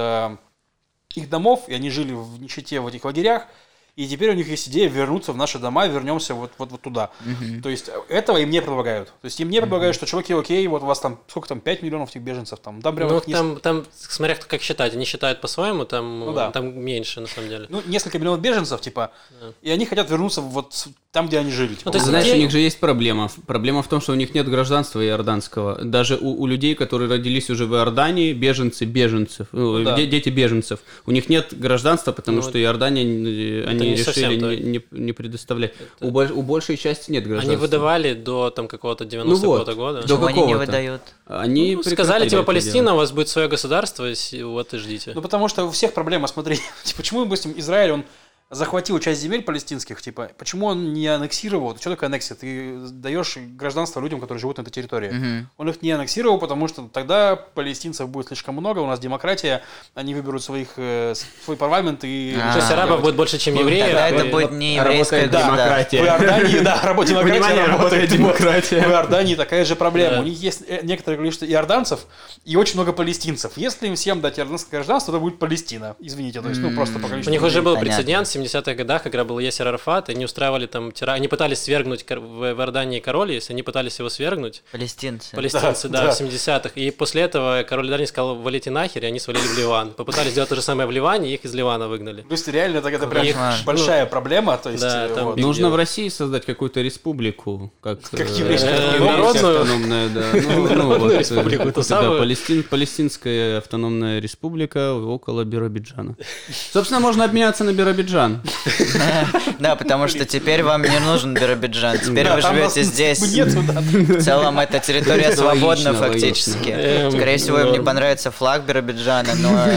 их домов, и они жили в нищете в этих лагерях, и теперь у них есть идея вернуться в наши дома, вернемся вот туда. То есть этого им не предлагают. То есть им не предлагают, что, чуваки, окей, вот у вас там, сколько там, 5 миллионов этих беженцев, там прям... Ну, там, смотря кто как считать, они считают по-своему, там меньше, на самом деле. Ну, несколько миллионов беженцев, типа, и они хотят вернуться вот там, где они жили. Типа, ну, то есть, знаешь, у них же есть проблема. Проблема в том, что у них нет гражданства иорданского. Даже у людей, которые родились уже в Иордании, беженцы беженцев, дети беженцев, у них нет гражданства, потому что Иордания, они решили не предоставлять. У большей части нет гражданства. Они выдавали до там какого-то 90-го года. Почему они не выдают? Они сказали, типа, Палестина, у вас будет свое государство, вот и ждите. Ну, потому что у всех проблема, смотри, почему, допустим, Израиль, он захватил часть земель палестинских, типа, почему он не аннексировал? Что такое аннексия? Ты даешь гражданство людям, которые живут на этой территории. Он их не аннексировал, потому что тогда палестинцев будет слишком много, у нас демократия, они выберут свой парламент и... То есть арабов будет больше, чем евреев. Тогда это будет не еврейская демократия. В Иордании, да, работает демократия. В Иордании такая же проблема. У них есть некоторое количество иорданцев и очень много палестинцев. Если им всем дать иорданское гражданство, то будет Палестина. Извините, то есть, просто по количеству. У них уже был прецедент в 70-х годах, когда был Ясер Арафат, они устраивали там они пытались свергнуть в Иордании король, если они пытались его свергнуть. Палестинцы, да, в 70-х. И после этого король Иордании сказал, валите нахер, и они свалили в Ливан. Попытались сделать то же самое в Ливане, и их из Ливана выгнали. То есть реально это прям большая проблема. То есть, нужно в России создать какую-то республику, как еврейская автономная, народную республику, Палестинская автономная республика около Биробиджана. Собственно, можно обменяться на Биробиджан. Да, потому что теперь вам не нужен Биробиджан. Теперь вы живете здесь. В целом эта территория свободна фактически. Скорее всего, им не понравится флаг Биробиджана,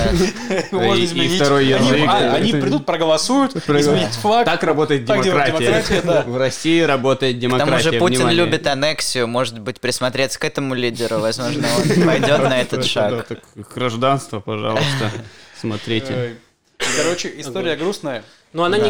но... И второй язык. Они придут, проголосуют, изменить флаг. Так работает демократия. В России работает демократия. К тому же Путин любит аннексию. Может быть, присмотреться к этому лидеру. Возможно, он пойдет на этот шаг. Гражданство, пожалуйста, смотрите. Короче, история грустная. Ну, она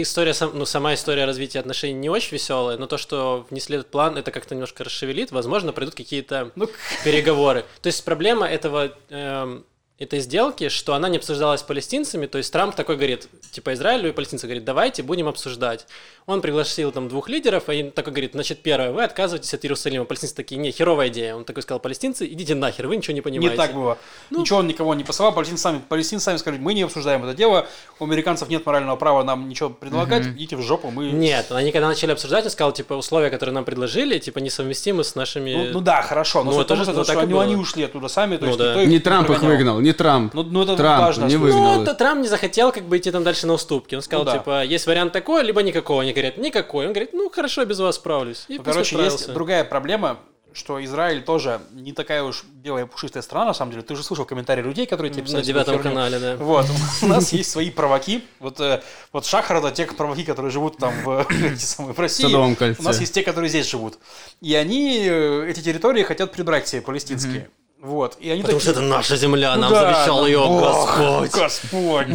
сама история развития отношений не очень веселая, но то, что внесли этот план, это как-то немножко расшевелит, возможно, пройдут какие-то переговоры. То есть проблема этого этой сделки, что она не обсуждалась с палестинцами, то есть Трамп такой говорит, типа Израилю и палестинцы говорит, давайте будем обсуждать. Он пригласил там 2 лидеров, и такой говорит, значит, первое, вы отказываетесь от Иерусалима. Палестинцы такие, не, херовая идея. Он такой сказал, палестинцы, идите нахер, вы ничего не понимаете. Не так было. Ничего он никого не посылал, палестинцы сами сказали, мы не обсуждаем это дело, у американцев нет морального права нам ничего предлагать, идите в жопу, мы... Нет, они когда начали обсуждать, он сказал, типа, условия, которые нам предложили, типа, несовместимы с нашими... Ну да, хорошо, но они ушли оттуда сами, то есть не Трамп их выгнал, не Трамп. Ну это Трамп важно. не выгнал. Ну, Трамп не захотел как бы идти там дальше на уступки. Он сказал, типа, есть вариант такой, либо никакого. Они говорят, никакой. Он говорит, ну, хорошо, без вас справлюсь. И, короче, есть другая проблема, что Израиль тоже не такая уж белая пушистая страна, на самом деле. Ты же слышал комментарии людей, которые тебе писали. На 9 канале, да. Вот. У нас есть свои провоки. Вот Шахар — это те провоки, которые живут там в России. У нас есть те, которые здесь живут. И они эти территории хотят прибрать себе, палестинские. Вот. И они потому что это наша земля, нам завещал ее Господь. Господь.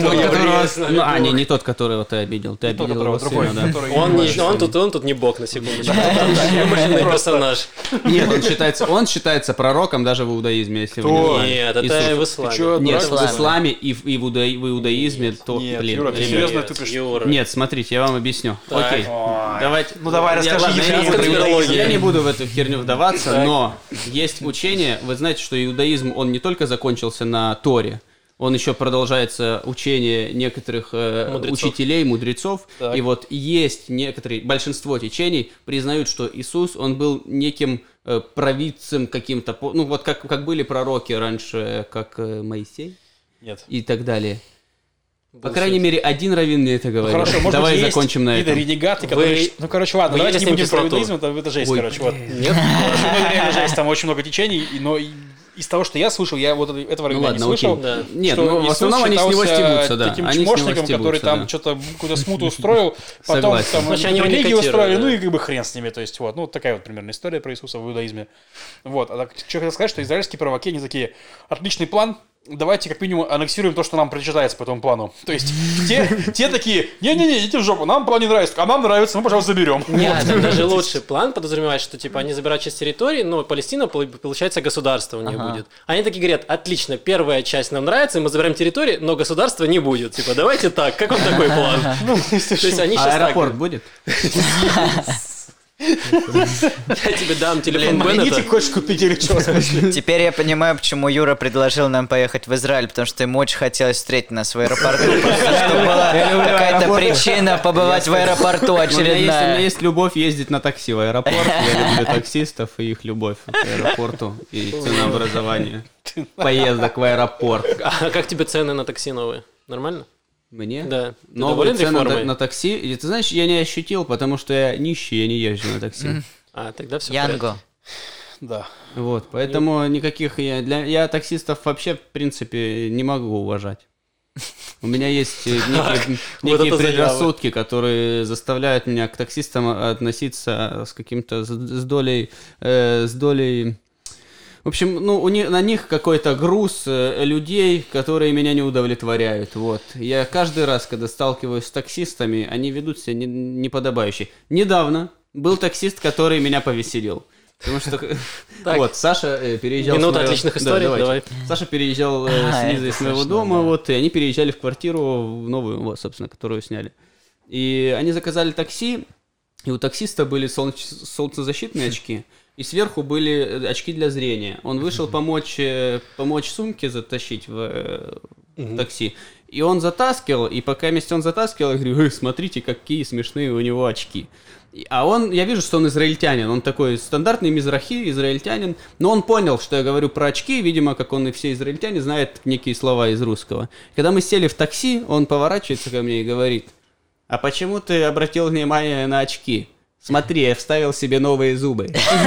Не тот, которого ты обидел. Ты обидел его сына, да. Он тут не бог, на секундочку. Вымышленный персонаж. Нет, он считается пророком даже в иудаизме, если вы не знаете. Нет, это в исламе. Нет, в исламе и в иудаизме, то, Юра, ты серьезно тупишь? Нет, смотрите, я вам объясню. Окей. Давайте. Ну давай, расскажи. Я не буду в эту херню вдаваться, но есть учение, вы знаете, что иудаизм, он не только закончился на Торе, он еще продолжается учение некоторых учителей, мудрецов. Так. И вот есть большинство течений признают, что Иисус, он был неким провидцем каким-то, ну вот как были пророки раньше, как Моисей. Нет. И так далее. По крайней мере, один раввин мне это говорит. Хорошо, может давай быть, закончим на этом. Ренегаты, которые... Ну, короче, ладно, давайте не будем про иудаизм, это жесть, короче. Вот. Нет? Реально жесть, там очень много течений, но из того, что я слышал, я вот этого раввина не слышал. Да. Нет, ну, в основном они с него стебутся, да. Таким чмошником, который там что-то какую-то смуту устроил, потом там религию устроили, ну и как бы хрен с ними. То есть, вот, ну, такая вот примерно история про Иисуса в иудаизме. Вот, а так, что хотел сказать, что израильские провоки, они такие, отличный план, давайте как минимум аннексируем то, что нам причитается по этому плану. То есть те такие, не-не-не, идите в жопу, нам план не нравится, а нам нравится, мы, пожалуйста, заберем. Нет, даже лучший план подразумевает, что типа они забирают часть территории, но Палестина, получается, государство у них будет. Они такие говорят, отлично, первая часть нам нравится, мы забираем территорию, но государства не будет. Типа, давайте так, как вам такой план? То есть они сейчас аэропорт будет? Я тебе дам телефон Беннета. Хочешь купить или что? Теперь я понимаю, почему Юра предложил нам поехать в Израиль, потому что ему очень хотелось встретить нас в аэропорту. Чтобы была какая-то причина побывать в аэропорту очередная. У меня есть любовь ездить на такси в аэропорт. Я люблю таксистов и их любовь к аэропорту и ценообразование поездок в аэропорт. А как тебе цены на такси новые? Нормально? Мне? Да. Новые цены на такси. И ты знаешь, я не ощутил, потому что я нищий, я не езжу на такси. Тогда все Янго. Да. Вот, поэтому никаких... Я таксистов вообще, в принципе, не могу уважать. У меня есть некие предрассудки, которые заставляют меня к таксистам относиться с каким-то... с долей... В общем, ну, на них какой-то груз людей, которые меня не удовлетворяют. Вот. Я каждый раз, когда сталкиваюсь с таксистами, они ведут себя неподобающе. Недавно был таксист, который меня повеселил. Потому что... Вот, Саша переезжал... Минута отличных историй, давай. Саша переезжал с Лизой с моего дома, вот, и они переезжали в квартиру, в новую, вот, собственно, которую сняли. И они заказали такси, и у таксиста были солнцезащитные очки, и сверху были очки для зрения. Он вышел помочь сумки затащить в такси. И он затаскивал, и пока вместе он затаскивал, я говорю, смотрите, какие смешные у него очки. А я вижу, что он израильтянин, он такой стандартный мизрахи, израильтянин, но он понял, что я говорю про очки, видимо, как он и все израильтяне, знает некие слова из русского. Когда мы сели в такси, он поворачивается ко мне и говорит, а почему ты обратил внимание на очки? Смотри, я вставил себе новые зубы.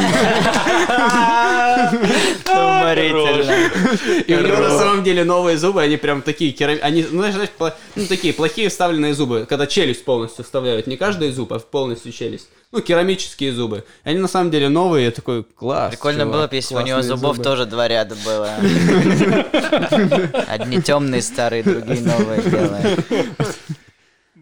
Уморительно. И у него на самом деле новые зубы, они прям такие, они, знаешь, такие плохие вставленные зубы, когда челюсть полностью вставляют, не каждый зуб, а полностью челюсть. Ну, керамические зубы. Они на самом деле новые, я такой, класс. Прикольно было бы, если у него зубов тоже 2 ряда было. Одни темные старые, другие новые белые.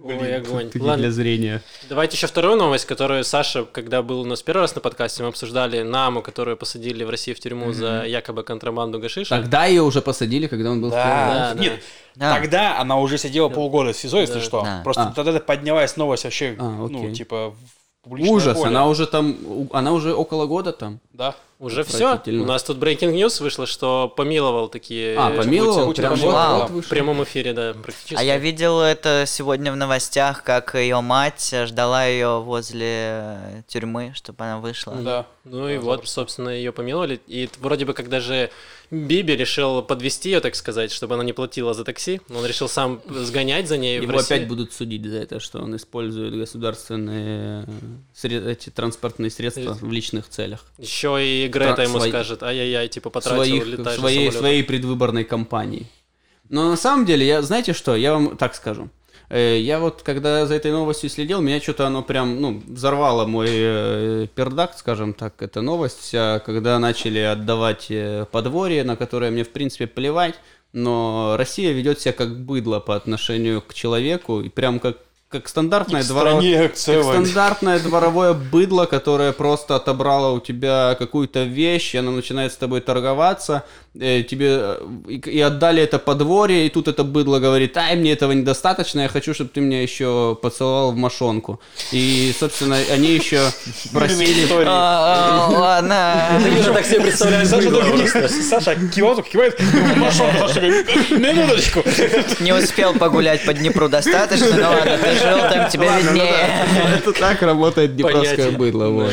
Ой, огонь. Для зрения. Давайте еще вторую новость, которую Саша, когда был у нас первый раз на подкасте, мы обсуждали Наму, которую посадили в России в тюрьму за якобы контрабанду гашиша. Тогда ее уже посадили, когда он был в первый раз. Нет, тогда она уже сидела полгода в СИЗО, если что. Просто тогда поднялась новость вообще, типа... Ужас, она уже около года там. Да. Уже все. У нас тут Breaking News вышло, что помиловал такие... помиловал? В прямом эфире, да, практически. А я видел это сегодня в новостях, как ее мать ждала ее возле тюрьмы, чтобы она вышла. Да. Ну и вот, собственно, ее помиловали. И вроде бы, когда же Биби решил подвести ее, так сказать, чтобы она не платила за такси, он решил сам сгонять за ней в Россию. Его опять будут судить за это, что он использует государственные эти транспортные средства в личных целях. Еще и Грета ему скажет, ай-яй-яй, типа потратил, летаешь на самолёт. Своей предвыборной кампании. Но на самом деле, знаете что, я вам так скажу. Я вот, когда за этой новостью следил, меня что-то оно прям, взорвало мой пердак, скажем так, эта новость вся, когда начали отдавать подворье, на которое мне, в принципе, плевать, но Россия ведет себя как быдло по отношению к человеку, и прям как стандартное дворовое быдло, которое просто отобрало у тебя какую-то вещь, и она начинает с тобой торговаться, тебе и отдали это подворье, и тут это быдло говорит, мне этого недостаточно, я хочу, чтобы ты меня еще поцеловал в мошонку. И, собственно, они еще просили... Ладно. Я так себе представляю. Саша кивает в мошонку, минуточку. Не успел погулять по Днепру достаточно, но ладно, ты жил там, тебе виднее. Это так работает днепровское быдло.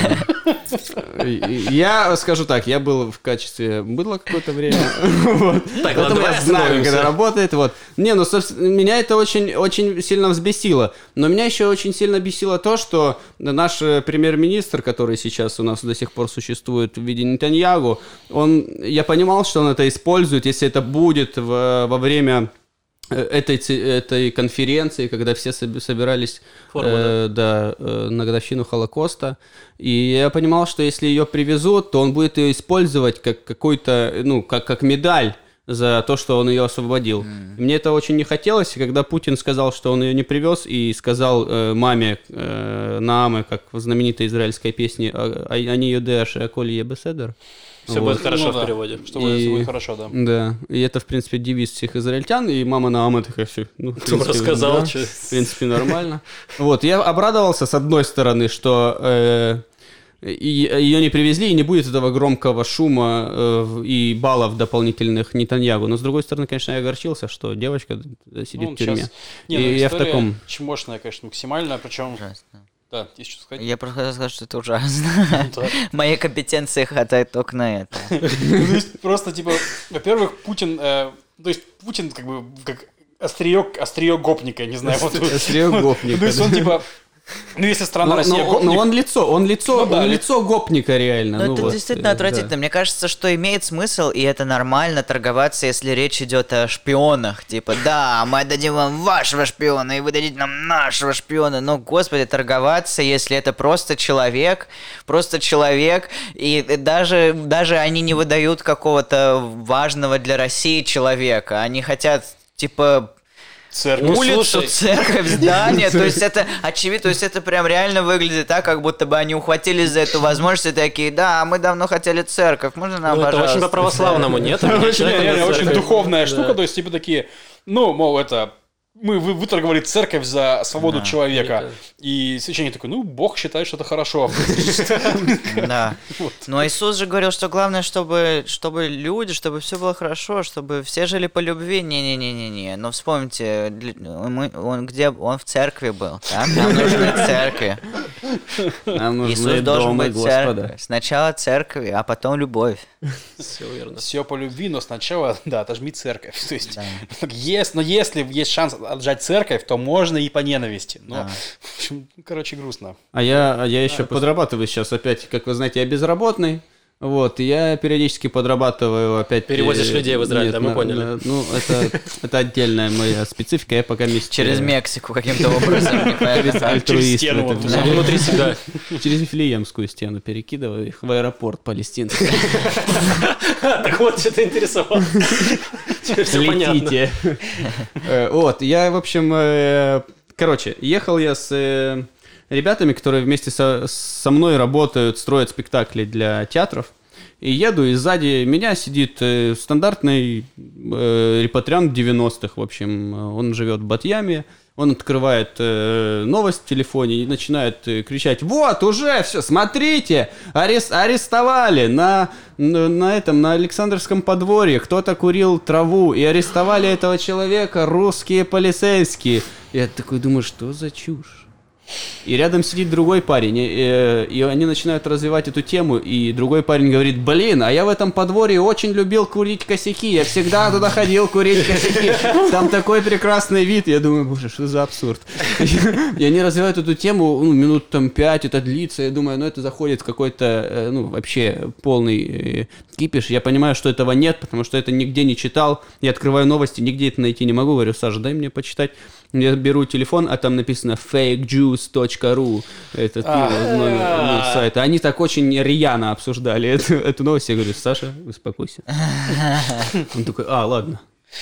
Я скажу так, я был в качестве быдла какое-то время. Поэтому я знаю, как это работает. Меня это очень сильно взбесило. Но меня еще очень сильно бесило то, что наш премьер-министр, который сейчас у нас до сих пор существует в виде Нетаньягу, я понимал, что он это использует, если это будет во время этой конференции, когда все собирались на годовщину Холокоста. И я понимал, что если ее привезут, то он будет ее использовать как какой-то, как медаль за то, что он ее освободил. Мне это очень не хотелось, и когда Путин сказал, что он ее не привез, и сказал маме Наамы, как в знаменитой израильской песне «Они юдеаш и аколь ебеседер», все будет хорошо в переводе. Что будет хорошо, да. Да. И это, в принципе, девиз всех израильтян. И мама Наама такая, ты рассказал, что... В принципе, нормально. Я обрадовался, с одной стороны, что ее не привезли, и не будет этого громкого шума и баллов дополнительных Нетаньягу. Но, с другой стороны, конечно, я огорчился, что девочка сидит в тюрьме. И я в таком... чмошная, конечно, максимально, причем... Ужасно. Да, есть что сказать? Я просто хотел сказать, что это ужасно. Мои компетенции хватает только на это. Просто, во-первых, Путин, Путин как острие гопника, не знаю. Острие гопника. То есть он если страна Россия гопник... Но он лицо гопника реально. Это действительно отвратительно. Мне кажется, что имеет смысл, и это нормально торговаться, если речь идет о шпионах. Мы отдадим вам вашего шпиона, и вы дадите нам нашего шпиона. Но, господи, торговаться, если это просто человек, и даже они не выдают какого-то важного для России человека. Они хотят, улицу, церковь, здание, то есть это очевидно, то есть это прям реально выглядит так, как будто бы они ухватились за эту возможность и такие, мы давно хотели церковь, можно нам, пожалуйста? Это очень по-православному, нет? Очень духовная штука, то есть такие, мы выторговали церковь за свободу человека. И священник такой, Бог считает, что это хорошо. Да. Но Иисус же говорил, что главное, чтобы люди, чтобы все было хорошо, чтобы все жили по любви. Не-не-не-не-не. Но вспомните, он в церкви был. Нам нужны церкви. Иисус должен быть в церкви. Сначала церкви, а потом любовь. Все верно. Все по любви, но сначала, отожми церковь. То есть, если есть шанс отжать церковь, то можно и по ненависти. В общем, грустно. А я еще подрабатываю сейчас опять, как вы знаете, я безработный. И я периодически подрабатываю опять... Перевозишь людей в Израиль, мы поняли. Это отдельная моя специфика, я пока вместе... Через Мексику каким-то образом. Альтруист. Внутри себя. Через Вифлеемскую стену перекидываю их в аэропорт палестинский. Так вот, что ты интересовал. Теперь все понятно. Я, в общем... Короче, ехал я с ребятами, которые вместе со мной работают, строят спектакли для театров. И еду, и сзади меня сидит стандартный репатриант 90-х, в общем. Он живет в Батьяме. Он открывает новость в телефоне и начинает кричать: вот, уже все, смотрите, арестовали на Александровском подворье, кто-то курил траву, и арестовали этого человека русские полицейские. Я такой думаю, что за чушь? И рядом сидит другой парень, и они начинают развивать эту тему, и другой парень говорит: блин, а я в этом подворье очень любил курить косяки, я всегда туда ходил курить косяки, там такой прекрасный вид. Я думаю, боже, что за абсурд. И они развивают эту тему, минут там 5 это длится, я думаю, это заходит в какой-то, вообще полный кипиш. Я понимаю, что этого нет, потому что это нигде не читал, я открываю новости, нигде это найти не могу, говорю: Саша, дай мне почитать. Я беру телефон, а там написано fakejuice.ru. Это номер сайта. Они так очень рьяно обсуждали эту новость. Я говорю: Саша, успокойся. Он такой: ладно.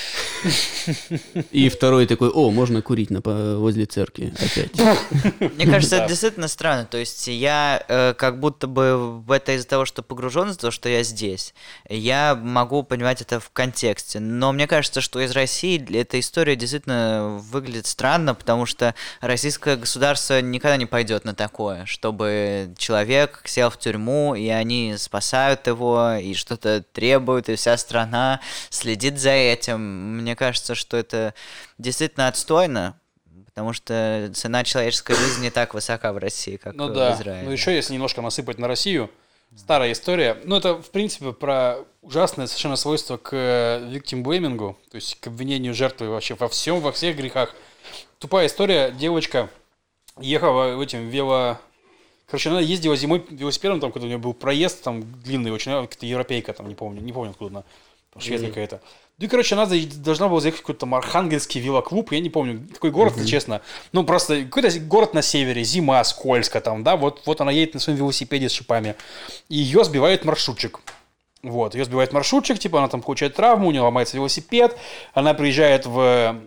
И второй такой: можно курить возле церкви опять. Мне кажется, это действительно странно. То есть я как будто бы в это из-за того, что погружен, из-за того, что я здесь, я могу понимать это в контексте. Но мне кажется, что из России эта история действительно выглядит странно, потому что российское государство никогда не пойдет на такое, чтобы человек сел в тюрьму, и они спасают его, и что-то требуют, и вся страна следит за этим. Мне кажется, что это действительно отстойно, потому что цена человеческой жизни не так высока в России, как в Израиле. Ну еще если немножко насыпать на Россию, старая история. Это, в принципе, про ужасное совершенно свойство к victim-blaming, то есть к обвинению жертвы вообще во всех грехах. Тупая история. Девочка ехала Короче, она ездила зимой велосипедом, там, когда у нее был проезд, там, длинный очень, какая-то европейка, там, не помню откуда она, шведка какая-то. Ну и, короче, она должна была заехать в какой-то там архангельский велоклуб, я не помню, какой город, если честно. Просто какой-то город на севере, зима, скользко там, да, вот она едет на своем велосипеде с шипами. И ее сбивает маршрутчик. Ее сбивает маршрутчик, она там получает травму, у нее ломается велосипед, она приезжает в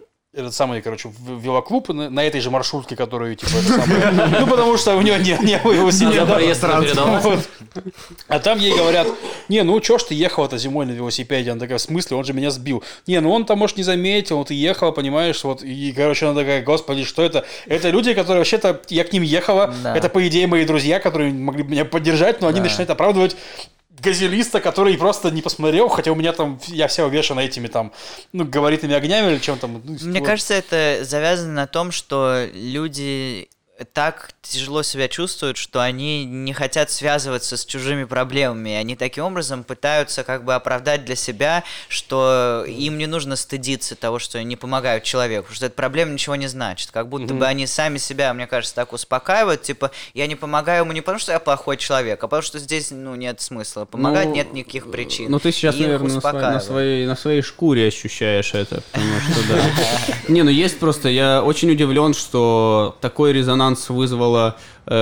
в велоклуб на этой же маршрутке, которую, потому что у нее не было велосипеда. А там ей говорят: чё ж ты ехала-то зимой на велосипеде? Она такая: в смысле? Он же меня сбил. Он там, может, не заметил, ты ехала, понимаешь, и, она такая: господи, что это? Это люди, которые, вообще-то, я к ним ехала, это, по идее, мои друзья, которые могли бы меня поддержать, но они начинают оправдывать газелиста, который просто не посмотрел, хотя у меня там, я вся увешана этими там, габаритными огнями или чем-то. Мне кажется, это завязано на том, что люди так тяжело себя чувствуют, что они не хотят связываться с чужими проблемами. Они таким образом пытаются оправдать для себя, что им не нужно стыдиться того, что не помогают человеку, потому что эта проблема ничего не значит. Как будто бы они сами себя, мне кажется, так успокаивают, я не помогаю ему не потому, что я плохой человек, а потому что здесь, нет смысла. Помогать нет никаких причин. Ты сейчас, наверное, на своей шкуре ощущаешь это, потому что, да. Есть просто, я очень удивлен, что такой резонанс вызвала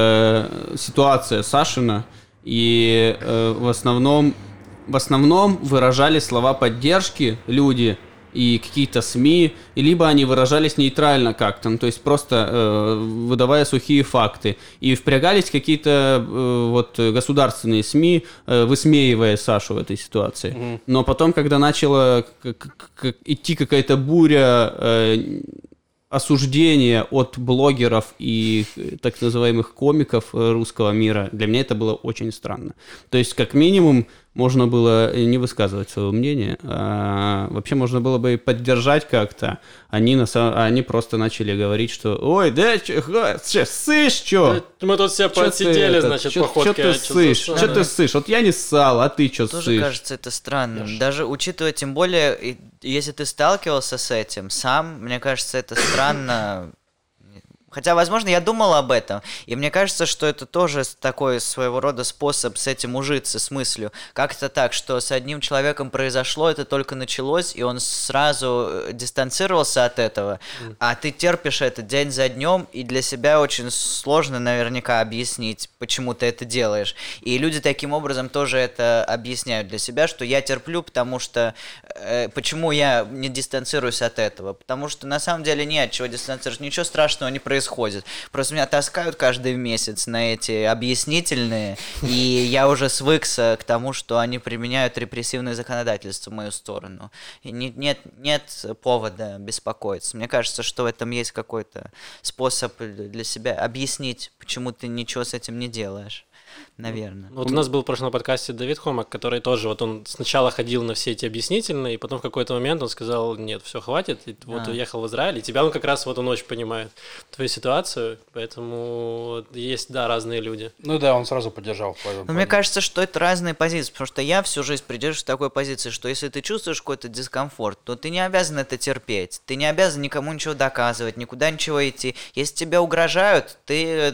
ситуация Сашина, и в основном выражали слова поддержки люди и какие-то СМИ, либо они выражались нейтрально как-то, то есть просто выдавая сухие факты, и впрягались какие-то государственные СМИ, высмеивая Сашу в этой ситуации. Но потом, когда начала идти какая-то буря осуждение от блогеров и так называемых комиков русского мира, для меня это было очень странно. То есть, как минимум, можно было не высказывать своего мнения, а вообще можно было бы и поддержать как-то. Они просто начали говорить, что «Ой, да, ссышь, чё? Мы тут все подсидели, значит, походкой». Чё ты ссышь? Вот я не ссал, а ты чё ссышь? Тоже кажется это странным. Даже учитывая, тем более, если ты сталкивался с этим сам, мне кажется, это странно. Хотя, возможно, я думал об этом, и мне кажется, что это тоже такой своего рода способ с этим ужиться, с мыслью. Как-то так, что с одним человеком произошло, это только началось, и он сразу дистанцировался от этого, а ты терпишь это день за днем, и для себя очень сложно наверняка объяснить, почему ты это делаешь. И люди таким образом тоже это объясняют для себя, что я терплю, потому что... почему я не дистанцируюсь от этого? Потому что на самом деле не от чего дистанцироваться, ничего страшного не происходит. Просто меня таскают каждый месяц на эти объяснительные, и я уже свыкся к тому, что они применяют репрессивное законодательство в мою сторону. И нет повода беспокоиться. Мне кажется, что в этом есть какой-то способ для себя объяснить, почему ты ничего с этим не делаешь. Наверное. Вот у нас был в прошлом подкасте Давид Хомак, который тоже, вот он сначала ходил на все эти объяснительные, и потом в какой-то момент он сказал, нет, все, хватит, и вот уехал в Израиль, и тебя он как раз вот он очень понимает твою ситуацию, поэтому есть, да, разные люди. Ну да, он сразу поддержал. Но мне кажется, что это разные позиции, потому что я всю жизнь придерживаюсь такой позиции, что если ты чувствуешь какой-то дискомфорт, то ты не обязан это терпеть, ты не обязан никому ничего доказывать, никуда ничего идти. Если тебе угрожают, ты...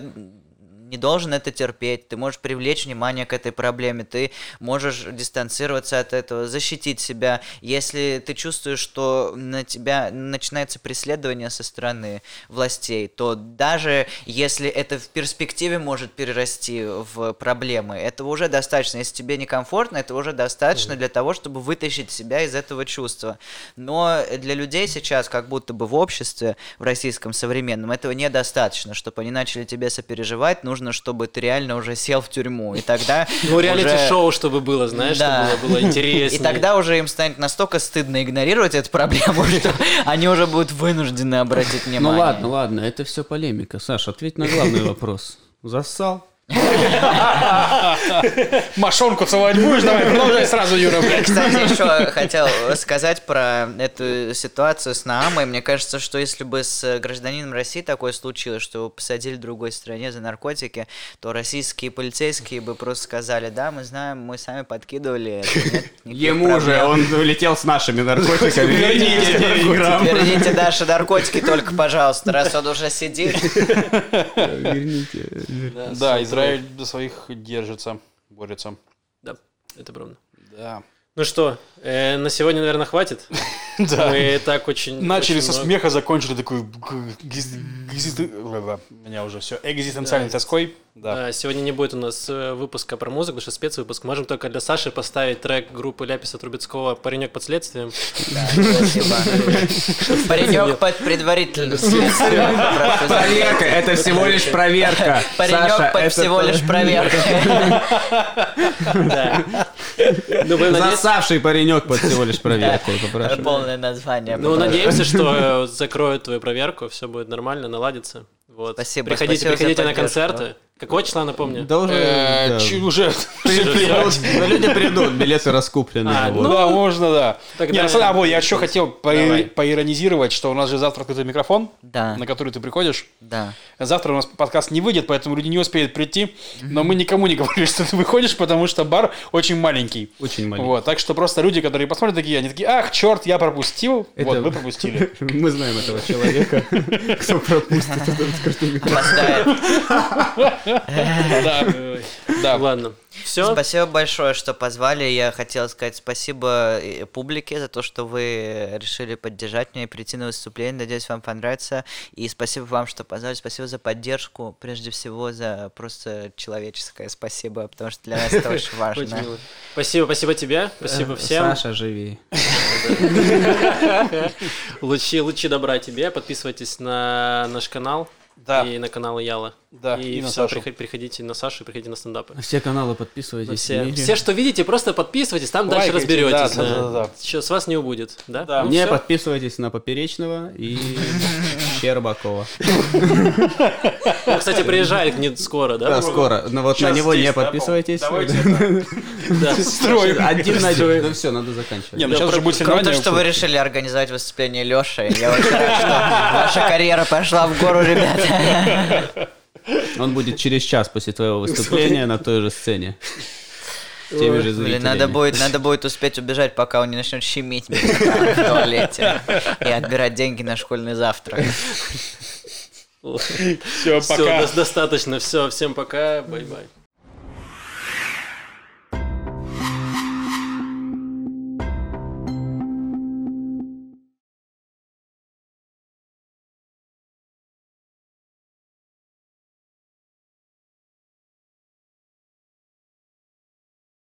не должен это терпеть, ты можешь привлечь внимание к этой проблеме, ты можешь дистанцироваться от этого, защитить себя. Если ты чувствуешь, что на тебя начинается преследование со стороны властей, то даже если это в перспективе может перерасти в проблемы, этого уже достаточно. Если тебе некомфортно, это уже достаточно для того, чтобы вытащить себя из этого чувства. Но для людей сейчас, как будто бы в обществе, в российском современном, этого недостаточно. Чтобы они начали тебе сопереживать, нужно, чтобы ты реально уже сел в тюрьму, и тогда... Ну, реалити-шоу, чтобы было, знаешь, да. чтобы было интереснее. И тогда уже им станет настолько стыдно игнорировать эту проблему, что они уже будут вынуждены обратить внимание. Ну ладно, это все полемика. Саш, ответь на главный вопрос. Зассал? Мошонку целовать будешь? Давай, продолжай сразу, Юра. Кстати, еще хотел сказать про эту ситуацию с Наамой. Мне кажется, что если бы с гражданином России такое случилось, что его посадили в другой стране за наркотики, то российские полицейские бы просто сказали, да, мы знаем, мы сами подкидывали. Ему же, он улетел с нашими наркотиками. Верните наши наркотики только, пожалуйста, раз он уже сидит. Верните. Да, Израиль до своих держится, борется. Да, это правда. Да. Ну что, на сегодня, наверное, хватит? Да. Мы так очень... Начали со смеха, закончили такой... Меня уже все экзистенциальной тоской. Да, сегодня не будет у нас выпуска про музыку, потому что спецвыпуск. Можем только для Саши поставить трек группы Ляписа Трубецкого «Паренек под следствием». Спасибо. Паренек под предварительным следствием. Проверка, это всего лишь проверка. Паренек под всего лишь проверкой. Засавший паренек под всего лишь проверкой. Полное название. Ну, надеемся, что закроют твою проверку, все будет нормально, наладится. Вот. Спасибо. Приходите на концерты. Какого числа, напомню? Да уже... Уже. Люди придут, билеты раскуплены. Ну да, можно, да. Я еще хотел поиронизировать, что у нас же завтра открытый микрофон, на который ты приходишь. Да. Завтра у нас подкаст не выйдет, поэтому люди не успеют прийти. Но мы никому не говорили, что ты выходишь, потому что бар очень маленький. Очень маленький. Вот, так что просто люди, которые посмотрят такие, они такие, ах, черт, я пропустил. Вот, вы пропустили. Мы знаем этого человека, кто пропустит этот открытый микрофон. Да. Ладно. Все. Спасибо большое, что позвали. Я хотел сказать спасибо публике за то, что вы решили поддержать меня и прийти на выступление. Надеюсь, вам понравится. И спасибо вам, что позвали. Спасибо за поддержку. Прежде всего, за просто человеческое спасибо, потому что для нас это очень важно. Спасибо тебе. Спасибо всем. Саша, живи. Лучи добра тебе. Подписывайтесь на наш канал. Да. И на канал Яла. Да, и на все, Сашу. Приходите на Сашу, приходите на стендапы. Все каналы подписывайтесь. Все, что видите, просто подписывайтесь, там дальше разберетесь. Да. Что с вас не убудет, да? Да. Не подписывайтесь на Поперечного и Щербакова. Он, кстати, приезжает не скоро, да? Да, скоро. Но вот на него не подписывайтесь. Строим. Один на один. Ну все, надо заканчивать. Не, ну сейчас уже будет соревнование. Круто, что вы решили организовать выступление Лёши. Я очень рад, что ваша карьера пошла в гору, ребята. Он будет через час после твоего выступления на той же сцене. Теми же зрителями. Надо будет успеть убежать, пока он не начнет щемить меня в туалете и отбирать деньги на школьный завтрак. Все, пока. Все, достаточно. Все, всем пока. Бай-бай.